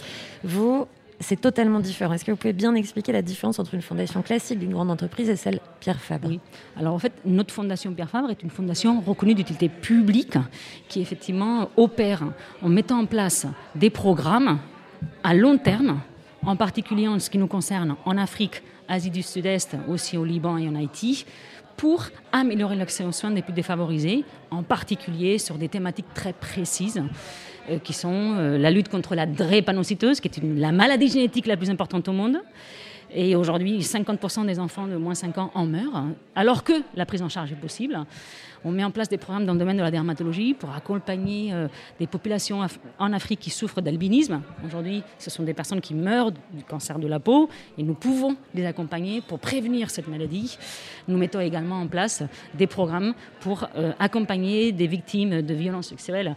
C'est totalement différent. Est-ce que vous pouvez bien expliquer la différence entre une fondation classique d'une grande entreprise et celle Pierre Fabre ? Oui. Alors en fait, notre fondation Pierre Fabre est une fondation reconnue d'utilité publique qui effectivement opère en mettant en place des programmes à long terme, en particulier en ce qui nous concerne en Afrique, Asie du Sud-Est, aussi au Liban et en Haïti, pour améliorer l'accès aux soins des plus défavorisés, en particulier sur des thématiques très précises, qui sont la lutte contre la drépanocytose, qui est la maladie génétique la plus importante au monde, Et aujourd'hui, 50% des enfants de moins 5 ans en meurent, alors que la prise en charge est possible. On met en place des programmes dans le domaine de la dermatologie pour accompagner des populations en Afrique qui souffrent d'albinisme. Aujourd'hui, ce sont des personnes qui meurent du cancer de la peau et nous pouvons les accompagner pour prévenir cette maladie. Nous mettons également en place des programmes pour accompagner des victimes de violences sexuelles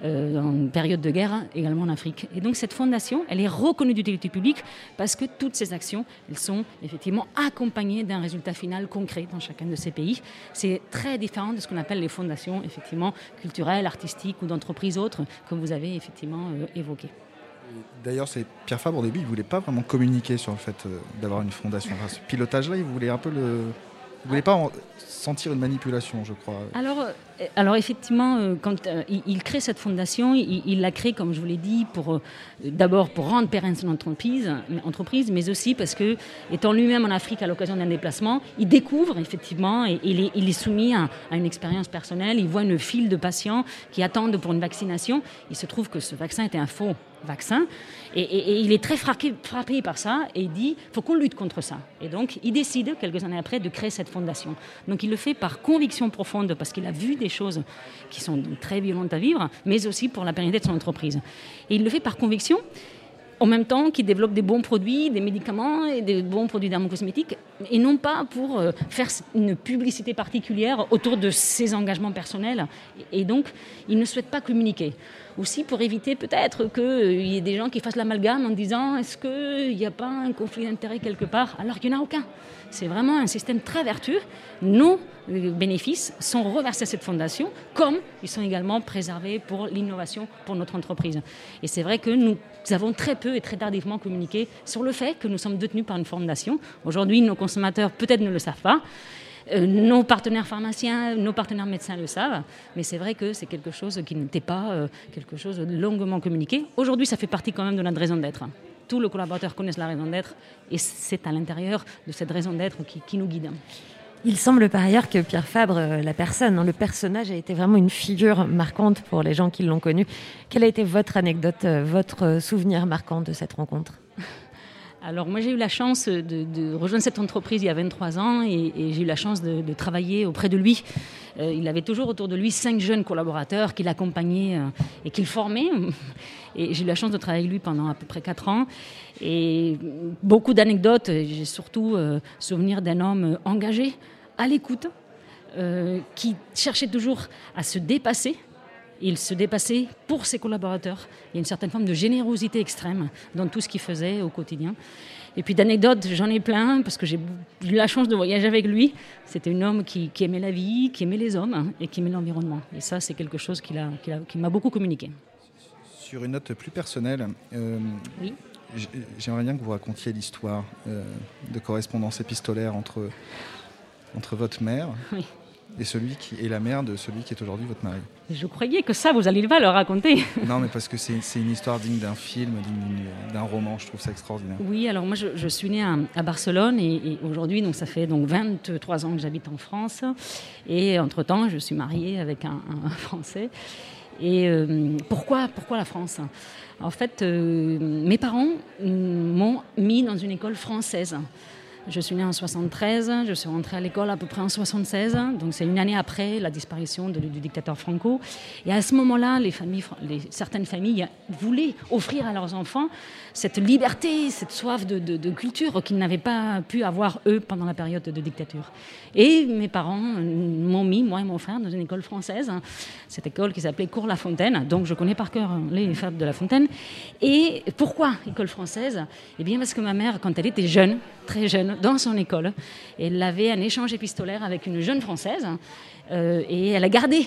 en période de guerre, également en Afrique. Et donc cette fondation, elle est reconnue d'utilité publique parce que toutes ces actions, elles sont effectivement accompagnées d'un résultat final concret dans chacun de ces pays. C'est très différent de ce qu'on appelle les fondations effectivement culturelles, artistiques ou d'entreprises autres que vous avez effectivement évoquées. D'ailleurs, c'est Pierre Fabre, au début, il ne voulait pas vraiment communiquer sur le fait d'avoir une fondation. Enfin, ce pilotage-là, il voulait un peu il ne voulait pas sentir une manipulation, je crois. Alors effectivement, quand il crée cette fondation, il la crée, comme je vous l'ai dit, d'abord pour rendre pérenne son entreprise, mais aussi parce que, étant lui-même en Afrique à l'occasion d'un déplacement, il découvre effectivement, et il est soumis à une expérience personnelle, il voit une file de patients qui attendent pour une vaccination. Il se trouve que ce vaccin était un faux vaccin, et il est très frappé par ça, et il dit « faut qu'on lutte contre ça ». Et donc, il décide, quelques années après, de créer cette fondation. Donc, il le fait par conviction profonde, parce qu'il a vu des choses qui sont très violentes à vivre, mais aussi pour la pérennité de son entreprise. Et il le fait par conviction, en même temps qu'il développe des bons produits, des médicaments et des bons produits dermocosmétiques, et non pas pour faire une publicité particulière autour de ses engagements personnels. Et donc, il ne souhaite pas communiquer. Aussi pour éviter peut-être qu'il y ait des gens qui fassent l'amalgame en disant « est-ce qu'il n'y a pas un conflit d'intérêts quelque part ?» alors qu'il n'y en a aucun. C'est vraiment un système très vertueux. Nos bénéfices sont reversés à cette fondation, comme ils sont également préservés pour l'innovation, pour notre entreprise. Et c'est vrai que nous avons très peu et très tardivement communiqué sur le fait que nous sommes détenus par une fondation. Aujourd'hui, nos consommateurs peut-être ne le savent pas. Nos partenaires pharmaciens, nos partenaires médecins le savent, mais c'est vrai que c'est quelque chose qui n'était pas quelque chose de longuement communiqué. Aujourd'hui, ça fait partie quand même de notre raison d'être. Tous les collaborateurs connaissent la raison d'être et c'est à l'intérieur de cette raison d'être qui nous guide. Il semble par ailleurs que Pierre Fabre, la personne, le personnage, a été vraiment une figure marquante pour les gens qui l'ont connu. Quelle a été votre anecdote, votre souvenir marquant de cette rencontre ? Alors moi j'ai eu la chance de rejoindre cette entreprise il y a 23 ans et j'ai eu la chance de travailler auprès de lui. Il avait toujours autour de lui 5 jeunes collaborateurs qu'il accompagnait et qu'il formait. Et j'ai eu la chance de travailler avec lui pendant à peu près 4 ans. Et beaucoup d'anecdotes, j'ai surtout souvenir d'un homme engagé, à l'écoute, qui cherchait toujours à se dépasser. Il se dépassait pour ses collaborateurs. Il y a une certaine forme de générosité extrême dans tout ce qu'il faisait au quotidien. Et puis d'anecdotes, j'en ai plein, parce que j'ai eu la chance de voyager avec lui. C'était un homme qui aimait la vie, qui aimait les hommes et qui aimait l'environnement. Et ça, c'est quelque chose qui m'a beaucoup communiqué. Sur une note plus personnelle, oui. J'aimerais bien que vous racontiez l'histoire de correspondance épistolaire entre votre mère... Oui. Et celui qui est la mère de celui qui est aujourd'hui votre mari. Je croyais que ça, vous alliez pas le raconter. Non, mais parce que c'est une histoire digne d'un film, digne d'un roman. Je trouve ça extraordinaire. Oui, alors moi, je suis née à Barcelone et aujourd'hui, donc ça fait 23 ans que j'habite en France. Et entre-temps, je suis mariée avec un Français. Et pourquoi la France ? En fait, mes parents m'ont mis dans une école française. Je suis née en 73, je suis rentrée à l'école à peu près en 76, donc c'est une année après la disparition du dictateur Franco. Et à ce moment-là, certaines familles voulaient offrir à leurs enfants cette liberté, cette soif de culture qu'ils n'avaient pas pu avoir, eux, pendant la période de dictature. Et mes parents m'ont mis, moi et mon frère, dans une école française, cette école qui s'appelait Cours La Fontaine, donc je connais par cœur les fables de La Fontaine. Et pourquoi école française ? Eh bien parce que ma mère, quand elle était jeune, très jeune, dans son école, elle avait un échange épistolaire avec une jeune Française et elle a gardé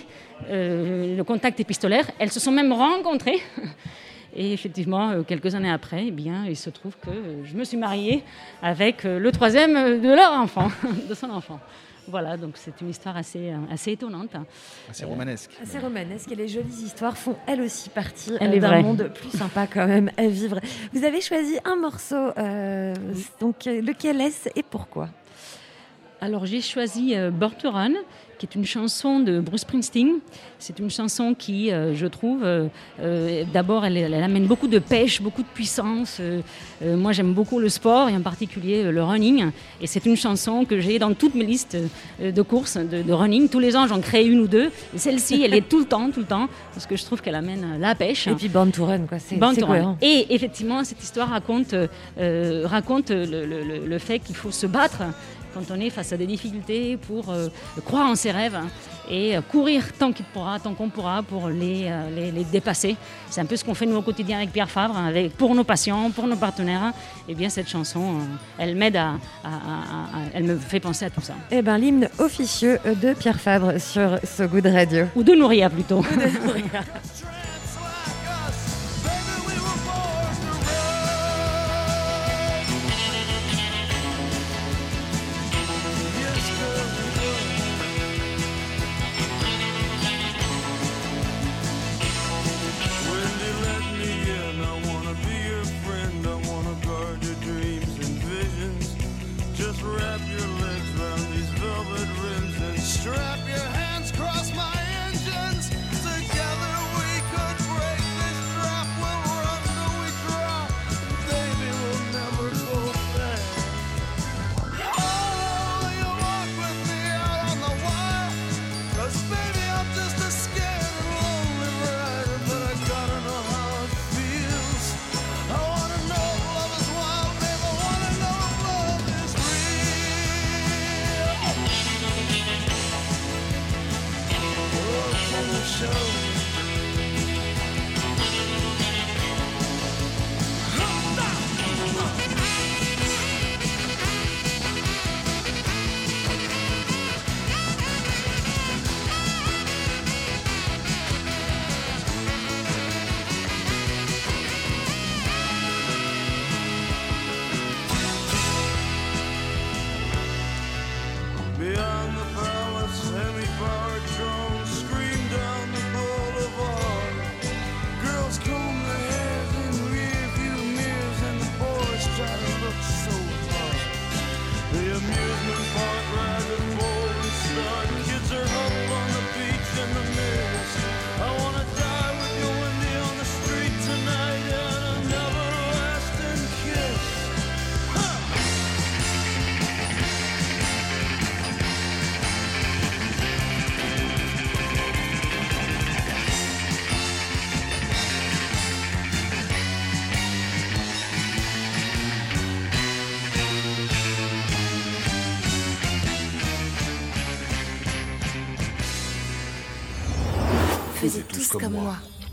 le contact épistolaire. Elles se sont même rencontrées. Et effectivement, quelques années après, eh bien, il se trouve que je me suis mariée avec le troisième de leur enfant, de son enfant. Voilà, donc c'est une histoire assez étonnante. Assez romanesque. Assez romanesque, et les jolies histoires font elles aussi partie d'un monde plus sympa quand même à vivre. Vous avez choisi un morceau, donc lequel est-ce et pourquoi ? Alors j'ai choisi Born to Run, qui est une chanson de Bruce Springsteen. C'est une chanson qui, je trouve, d'abord, elle amène beaucoup de pêche, beaucoup de puissance. Moi, j'aime beaucoup le sport et en particulier le running. Et c'est une chanson que j'ai dans toutes mes listes de courses, de running. Tous les ans, j'en crée une ou deux. Et celle-ci, elle est tout le temps, parce que je trouve qu'elle amène la pêche. Et puis Born to Run, quoi. C'est cohérent. Et effectivement, cette histoire raconte le fait qu'il faut se battre quand on est face à des difficultés pour croire en ses rêves et courir tant qu'on pourra pour les dépasser. C'est un peu ce qu'on fait nous au quotidien avec Pierre Fabre, pour nos patients, pour nos partenaires. Et bien cette chanson, elle m'aide elle me fait penser à tout ça. Eh bien l'hymne officieux de Pierre Fabre sur So Good Radio. Ou de Nouria plutôt. Strap your hands across my engines. Together we could break this trap. We'll run till we drop. Baby, we'll never go back. Oh, you walk with me out on the wire. 'Cause baby, I'm just a scared and lonely rider. But I gotta know how it feels. I wanna know if love is wild, babe. I wanna know if love is real. Beyond the palace, semi-powered drones scream down the boulevard. Girls comb their hair in rearview mirrors, and the boys try to look so hard. The amusement park rides are full and start. Kids are up on the beach in the mirrors. I wanna die with you, Wendy, on the street tonight, and an everlasting kiss. Faisez tous comme moi.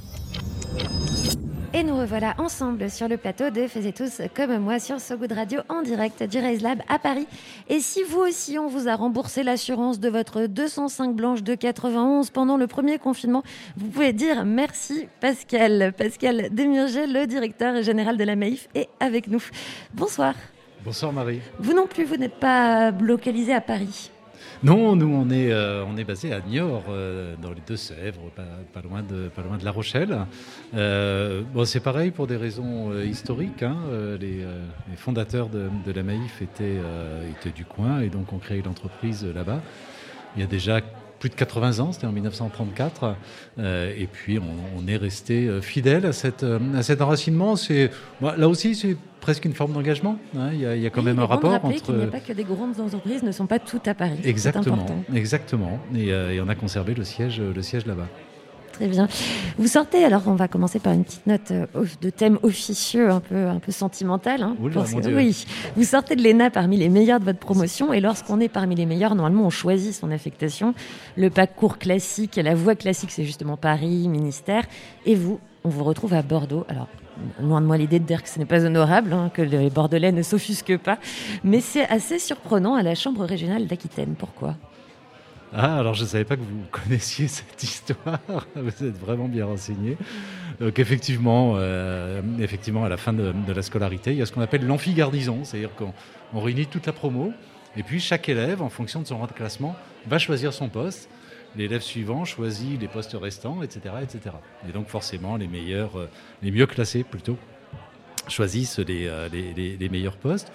Et nous revoilà ensemble sur le plateau de Faisez tous comme moi sur So Good Radio en direct du Raise Lab à Paris. Et si vous aussi on vous a remboursé l'assurance de votre 205 blanche de 91 pendant le premier confinement, vous pouvez dire merci Pascal. Pascal Demurger, le directeur général de la Maïf, est avec nous. Bonsoir. Bonsoir Marie. Vous non plus, vous n'êtes pas localisé à Paris? Non, nous on est basé à Niort, dans les Deux-Sèvres, pas loin de La Rochelle. Bon, c'est pareil pour des raisons historiques. Hein. Les fondateurs de la Maïf étaient du coin et donc ont créé l'entreprise là-bas. Il y a déjà plus de 80 ans, c'était en 1934, et puis on est resté fidèle à cet enracinement. Là aussi, c'est presque une forme d'engagement. Hein. Il y a quand même un rapport entre... qu'il n'y a pas que des grandes entreprises ne sont pas toutes à Paris. Exactement. Et on a conservé le siège là-bas. Très bien. Vous sortez, alors on va commencer par une petite note de thème officieux, un peu sentimental. Hein, oui, vous sortez de l'ENA parmi les meilleurs de votre promotion, et lorsqu'on est parmi les meilleurs, normalement on choisit son affectation. Le parcours classique, la voie classique, c'est justement Paris, ministère, et vous, on vous retrouve à Bordeaux. Alors, loin de moi l'idée de dire que ce n'est pas honorable, hein, que les Bordelais ne s'offusquent pas, mais c'est assez surprenant à la Chambre régionale d'Aquitaine. Pourquoi ? Ah, alors je ne savais pas que vous connaissiez cette histoire. Vous êtes vraiment bien renseigné. Donc effectivement, à la fin de la scolarité, il y a ce qu'on appelle l'amphi-garnison, c'est-à-dire qu'on réunit toute la promo, et puis chaque élève, en fonction de son rang de classement, va choisir son poste. L'élève suivant choisit les postes restants, etc., etc. Et donc forcément, les mieux classés plutôt, choisissent les meilleurs postes.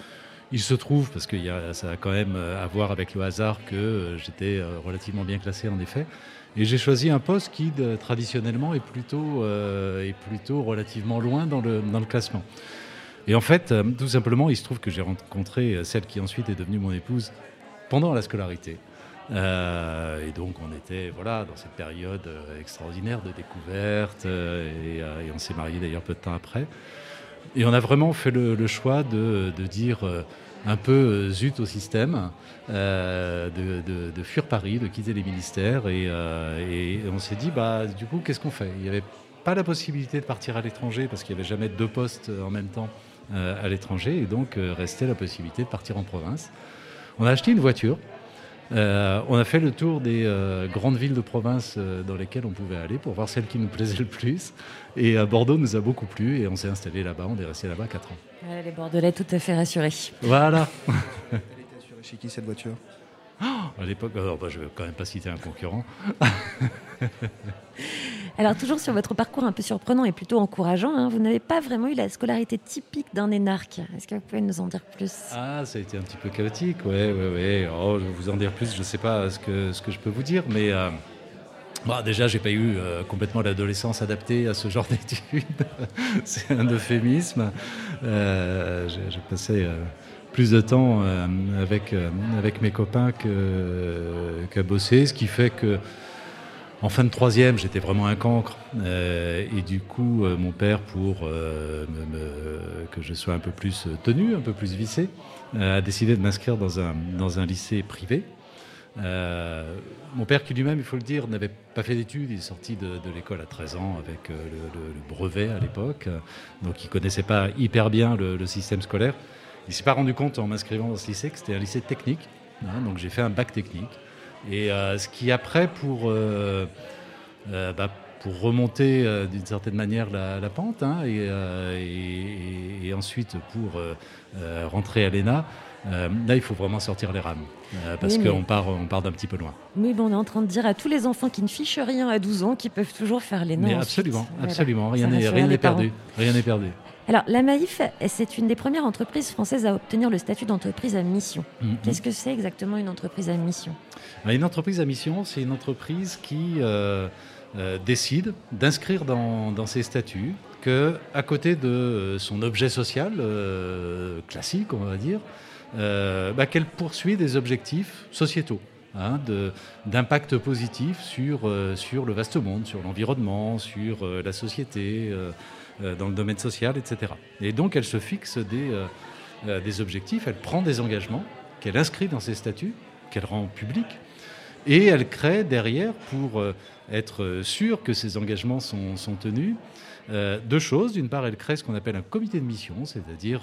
Il se trouve, parce que ça a quand même à voir avec le hasard, que j'étais relativement bien classé en effet. Et j'ai choisi un poste qui traditionnellement est plutôt relativement loin dans le classement. Et en fait, tout simplement, il se trouve que j'ai rencontré celle qui ensuite est devenue mon épouse pendant la scolarité. Et donc on était dans cette période extraordinaire de découverte et on s'est mariés d'ailleurs peu de temps après. Et on a vraiment fait le choix de dire un peu zut au système, de fuir Paris, de quitter les ministères et on s'est dit du coup qu'est-ce qu'on fait ? Il n'y avait pas la possibilité de partir à l'étranger parce qu'il n'y avait jamais 2 postes en même temps à l'étranger et donc restait la possibilité de partir en province. On a acheté une voiture. On a fait le tour des grandes villes de province dans lesquelles on pouvait aller pour voir celle qui nous plaisait le plus. Et Bordeaux nous a beaucoup plu et on s'est installé là-bas. On est resté là-bas 4 ans. Les Bordelais tout à fait rassurés. Voilà. Elle était assurée chez qui cette voiture ? À l'époque, je ne vais quand même pas citer un concurrent. Alors toujours sur votre parcours un peu surprenant et plutôt encourageant, vous n'avez pas vraiment eu la scolarité typique d'un énarque. Est-ce que vous pouvez nous en dire plus ? Ah, ça a été un petit peu chaotique, ouais. Oh, je vais vous en dire plus, je ne sais pas ce que je peux vous dire, mais déjà, j'ai pas eu complètement l'adolescence adaptée à ce genre d'études. C'est un euphémisme. J'ai passé plus de temps avec mes copains qu'à bosser, ce qui fait que en fin de 3e, j'étais vraiment un cancre. Et du coup, mon père, pour que je sois un peu plus tenu, un peu plus vissé, a décidé de m'inscrire dans un lycée privé. Mon père, qui lui-même, il faut le dire, n'avait pas fait d'études, il est sorti de l'école à 13 ans avec le brevet à l'époque, donc il ne connaissait pas hyper bien le système scolaire. Il ne s'est pas rendu compte en m'inscrivant dans ce lycée que c'était un lycée technique, donc j'ai fait un bac technique. Et ce qui après, pour remonter d'une certaine manière la pente, et ensuite pour rentrer à l'ENA, là il faut vraiment sortir les rames, parce qu'on part d'un petit peu loin. Oui, on est en train de dire à tous les enfants qui ne fichent rien à 12 ans qu'ils peuvent toujours faire l'ENA. Mais ensuite. absolument, Voilà. rien n'est perdu. Rien n'est perdu. Alors, la Maïf, c'est une des premières entreprises françaises à obtenir le statut d'entreprise à mission. Qu'est-ce que c'est exactement une entreprise à mission ? Une entreprise à mission, c'est une entreprise qui décide d'inscrire dans ses statuts qu'à côté de son objet social classique, on va dire, qu'elle poursuit des objectifs sociétaux, d'impact positif sur le vaste monde, sur l'environnement, sur la société, dans le domaine social, etc. Et donc elle se fixe des objectifs, elle prend des engagements qu'elle inscrit dans ses statuts, qu'elle rend publics, et elle crée derrière, pour être sûre que ces engagements sont tenus, 2 choses. D'une part, elle crée ce qu'on appelle un comité de mission, c'est-à-dire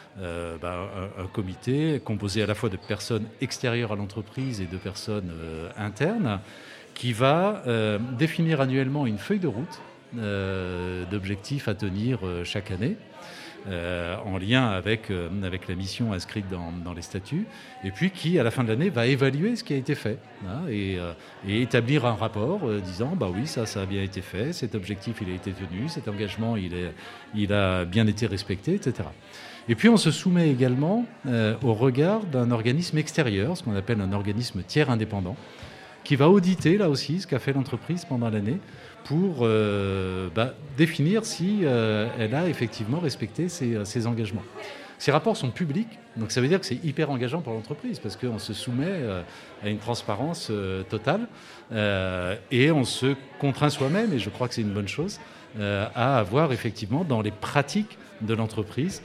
un comité composé à la fois de personnes extérieures à l'entreprise et de personnes internes, qui va définir annuellement une feuille de route d'objectifs à tenir chaque année, en lien avec la mission inscrite dans les statuts, et puis qui, à la fin de l'année, va évaluer ce qui a été fait, et établir un rapport disant oui, ça a bien été fait, cet objectif il a été tenu, cet engagement il a bien été respecté, etc. Et puis on se soumet également au regard d'un organisme extérieur, ce qu'on appelle un organisme tiers indépendant, qui va auditer là aussi ce qu'a fait l'entreprise pendant l'année pour définir si elle a effectivement respecté ses engagements. Ces rapports sont publics, donc ça veut dire que c'est hyper engageant pour l'entreprise, parce qu'on se soumet à une transparence totale, et on se contraint soi-même, et je crois que c'est une bonne chose, à avoir effectivement dans les pratiques de l'entreprise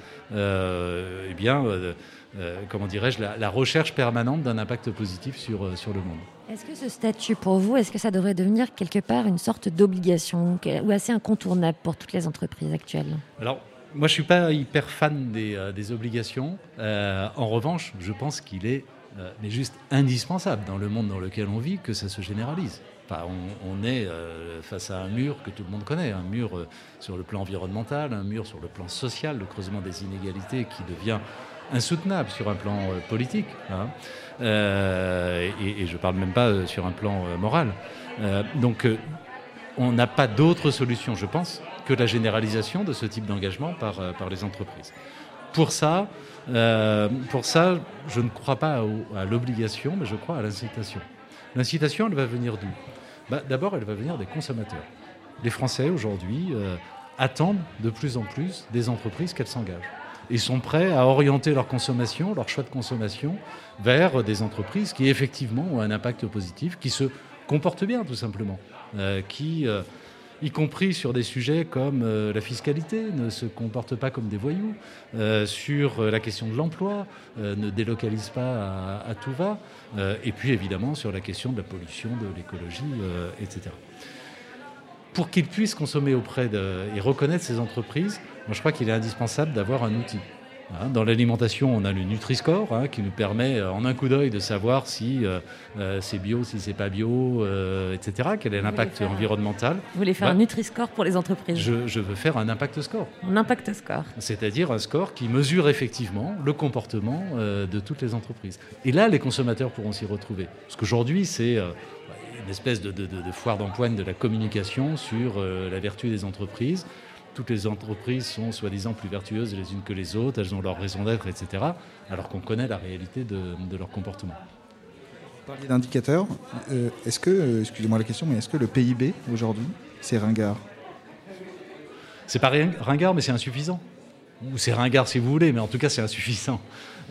la recherche permanente d'un impact positif sur le monde. Est-ce que ce statut, pour vous, est-ce que ça devrait devenir quelque part une sorte d'obligation ou assez incontournable pour toutes les entreprises actuelles ? Alors, moi, je ne suis pas hyper fan des obligations. En revanche, je pense qu'il est juste indispensable dans le monde dans lequel on vit que ça se généralise. Enfin, on est face à un mur que tout le monde connaît, un mur sur le plan environnemental, un mur sur le plan social, le creusement des inégalités qui devient insoutenable sur un plan politique, et je ne parle même pas sur un plan moral. Donc on n'a pas d'autre solution, je pense, que la généralisation de ce type d'engagement par les entreprises. Pour ça, je ne crois pas à l'obligation, mais je crois à l'incitation. L'incitation, elle va venir d'où ? D'abord, elle va venir des consommateurs. Les Français, aujourd'hui, attendent de plus en plus des entreprises qu'elles s'engagent. Ils sont prêts à orienter leur consommation, leur choix de consommation, vers des entreprises qui, effectivement, ont un impact positif, qui se comportent bien, tout simplement, y compris sur des sujets comme la fiscalité, ne se comportent pas comme des voyous, sur la question de l'emploi, ne délocalisent pas à tout va, et puis évidemment sur la question de la pollution, de l'écologie, etc. Pour qu'ils puissent consommer et reconnaître ces entreprises, moi je crois qu'il est indispensable d'avoir un outil. Dans l'alimentation, on a le Nutri-Score qui nous permet en un coup d'œil de savoir si c'est bio, si c'est pas bio, etc. Quel est l'impact environnemental. Vous voulez faire un Nutri-Score pour les entreprises ? Je veux faire un impact score. Un impact score. C'est-à-dire un score qui mesure effectivement le comportement de toutes les entreprises. Et là, les consommateurs pourront s'y retrouver. Parce qu'aujourd'hui, c'est une espèce de foire d'empoigne de la communication sur la vertu des entreprises. Toutes les entreprises sont soi-disant plus vertueuses les unes que les autres, elles ont leur raison d'être, etc. Alors qu'on connaît la réalité de leur comportement. Vous parliez d'indicateurs. Est-ce que, excusez-moi la question, mais est-ce que le PIB aujourd'hui, c'est ringard ? C'est pas ringard, mais c'est insuffisant. Ou c'est ringard si vous voulez, mais en tout cas c'est insuffisant.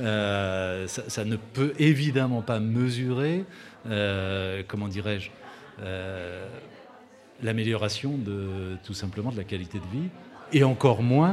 Ça ne peut évidemment pas mesurer, comment dirais-je, l'amélioration tout simplement de la qualité de vie, et encore moins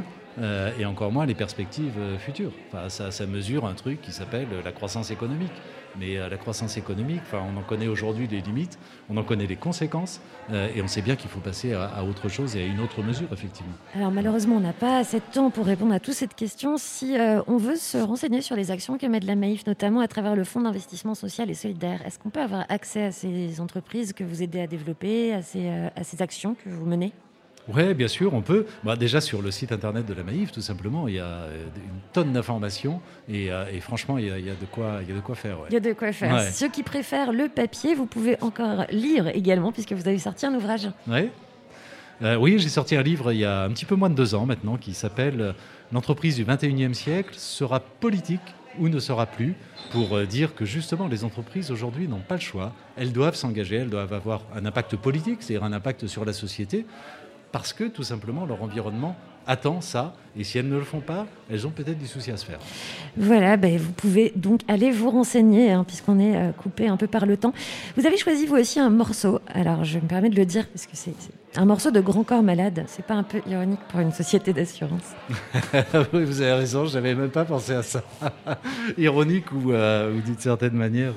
les perspectives futures. Enfin, ça mesure un truc qui s'appelle la croissance économique. Mais la croissance économique, on en connaît aujourd'hui les limites, on en connaît les conséquences, et on sait bien qu'il faut passer à autre chose et à une autre mesure, effectivement. Alors malheureusement, on n'a pas assez de temps pour répondre à toutes ces questions. Si on veut se renseigner sur les actions que mène la Maïf, notamment à travers le Fonds d'investissement social et solidaire, est-ce qu'on peut avoir accès à ces entreprises que vous aidez à développer, à ces actions que vous menez ? Oui, bien sûr, on peut. Déjà, sur le site internet de la Maïf, tout simplement, il y a une tonne d'informations et franchement, il y a de quoi faire. Ouais. Il y a de quoi faire. Ouais. Ceux qui préfèrent le papier, vous pouvez encore lire également, puisque vous avez sorti un ouvrage. Ouais. Oui, j'ai sorti un livre il y a un petit peu moins de 2 ans maintenant, qui s'appelle « L'entreprise du 21e siècle sera politique ou ne sera plus », pour dire que justement, les entreprises aujourd'hui n'ont pas le choix. Elles doivent s'engager, elles doivent avoir un impact politique, c'est-à-dire un impact sur la société, parce que, tout simplement, leur environnement attend ça. Et si elles ne le font pas, elles ont peut-être des soucis à se faire. Voilà, vous pouvez donc aller vous renseigner, puisqu'on est coupé un peu par le temps. Vous avez choisi, vous aussi, un morceau. Alors, je me permets de le dire, parce que c'est un morceau de Grand Corps Malade. C'est pas un peu ironique pour une société d'assurance ? Oui, vous avez raison, je n'avais même pas pensé à ça. Ironique ou d'une certaine manière...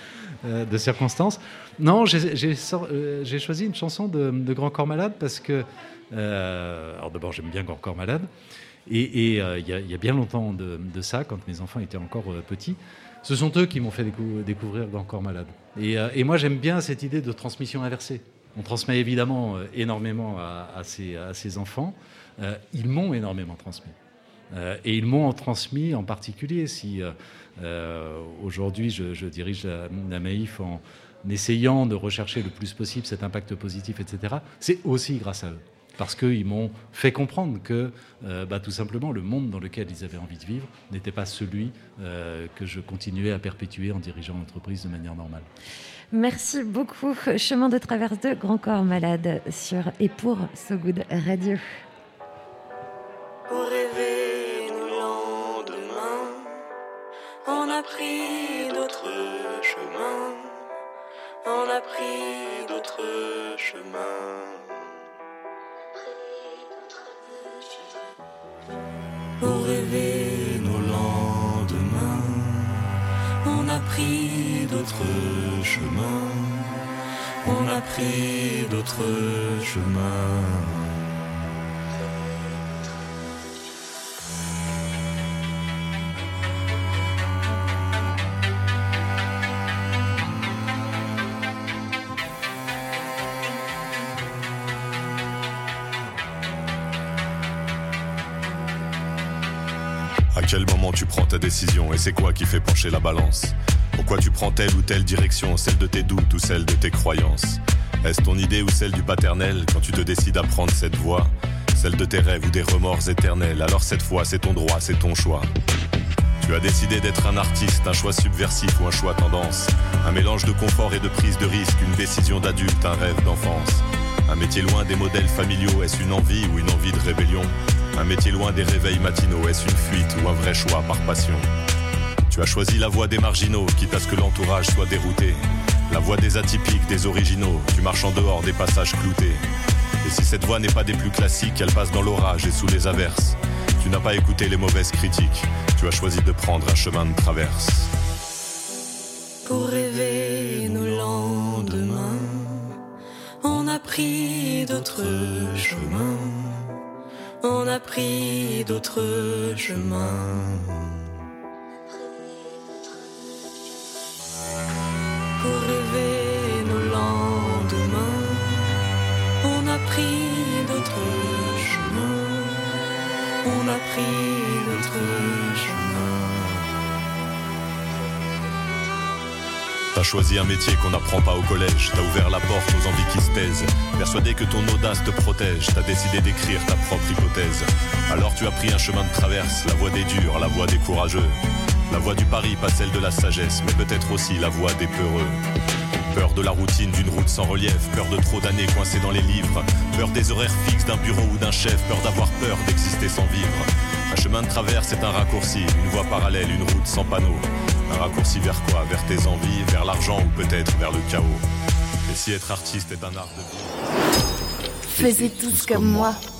de circonstances. Non, j'ai choisi une chanson de Grand Corps Malade parce que... alors d'abord, j'aime bien Grand Corps Malade. Et il y a bien longtemps de ça, quand mes enfants étaient encore petits, ce sont eux qui m'ont fait découvrir Grand Corps Malade. Et moi, j'aime bien cette idée de transmission inversée. On transmet évidemment énormément à ces enfants. Ils m'ont énormément transmis. Et ils m'ont transmis en particulier si aujourd'hui je dirige la Maïf en essayant de rechercher le plus possible cet impact positif, etc. C'est aussi grâce à eux. Parce qu'ils m'ont fait comprendre que tout simplement le monde dans lequel ils avaient envie de vivre n'était pas celui que je continuais à perpétuer en dirigeant l'entreprise de manière normale. Merci beaucoup. Chemin de traverse de Grand Corps Malade sur et pour So Good Radio. Pour rêver nos lendemains, on a pris d'autres chemins, on a pris d'autres chemins. Pour rêver nos lendemains, on a pris d'autres chemins, on a pris d'autres chemins. À quel moment tu prends ta décision et c'est quoi qui fait pencher la balance? Pourquoi tu prends telle ou telle direction, celle de tes doutes ou celle de tes croyances? Est-ce ton idée ou celle du paternel quand tu te décides à prendre cette voie celle de tes rêves ou des remords éternels. Alors cette fois, c'est ton droit, c'est ton choix. Tu as décidé d'être un artiste, un choix subversif ou un choix tendance. Un mélange de confort et de prise de risque, une décision d'adulte, un rêve d'enfance. Un métier loin des modèles familiaux, est-ce une envie ou une envie de rébellion? Un métier loin des réveils matinaux, est-ce une fuite ou un vrai choix par passion? Tu as choisi la voie des marginaux, quitte à ce que l'entourage soit dérouté. La voie des atypiques, des originaux, tu marches en dehors des passages cloutés. Et si cette voie n'est pas des plus classiques, elle passe dans l'orage et sous les averses. Tu n'as pas écouté les mauvaises critiques, tu as choisi de prendre un chemin de traverse. Pour rêver nos lendemains, on a pris d'autres chemins. On a pris d'autres chemins. Pour rêver nos lendemains, on a pris d'autres chemins. On a pris d'autres chemins. T'as choisi un métier qu'on n'apprend pas au collège. T'as ouvert la porte aux envies qui se taisent. Persuadé que ton audace te protège, t'as décidé d'écrire ta propre hypothèse. Alors tu as pris un chemin de traverse, la voie des durs, la voie des courageux. La voie du pari, pas celle de la sagesse, mais peut-être aussi la voie des peureux. Peur de la routine d'une route sans relief, peur de trop d'années coincées dans les livres, peur des horaires fixes d'un bureau ou d'un chef, peur d'avoir peur d'exister sans vivre. Un chemin de traverse est un raccourci, une voie parallèle, une route sans panneau. Un raccourci vers quoi? Vers tes envies, vers l'argent ou peut-être vers le chaos. Et si être artiste est un art de vie? Faisez tous comme moi.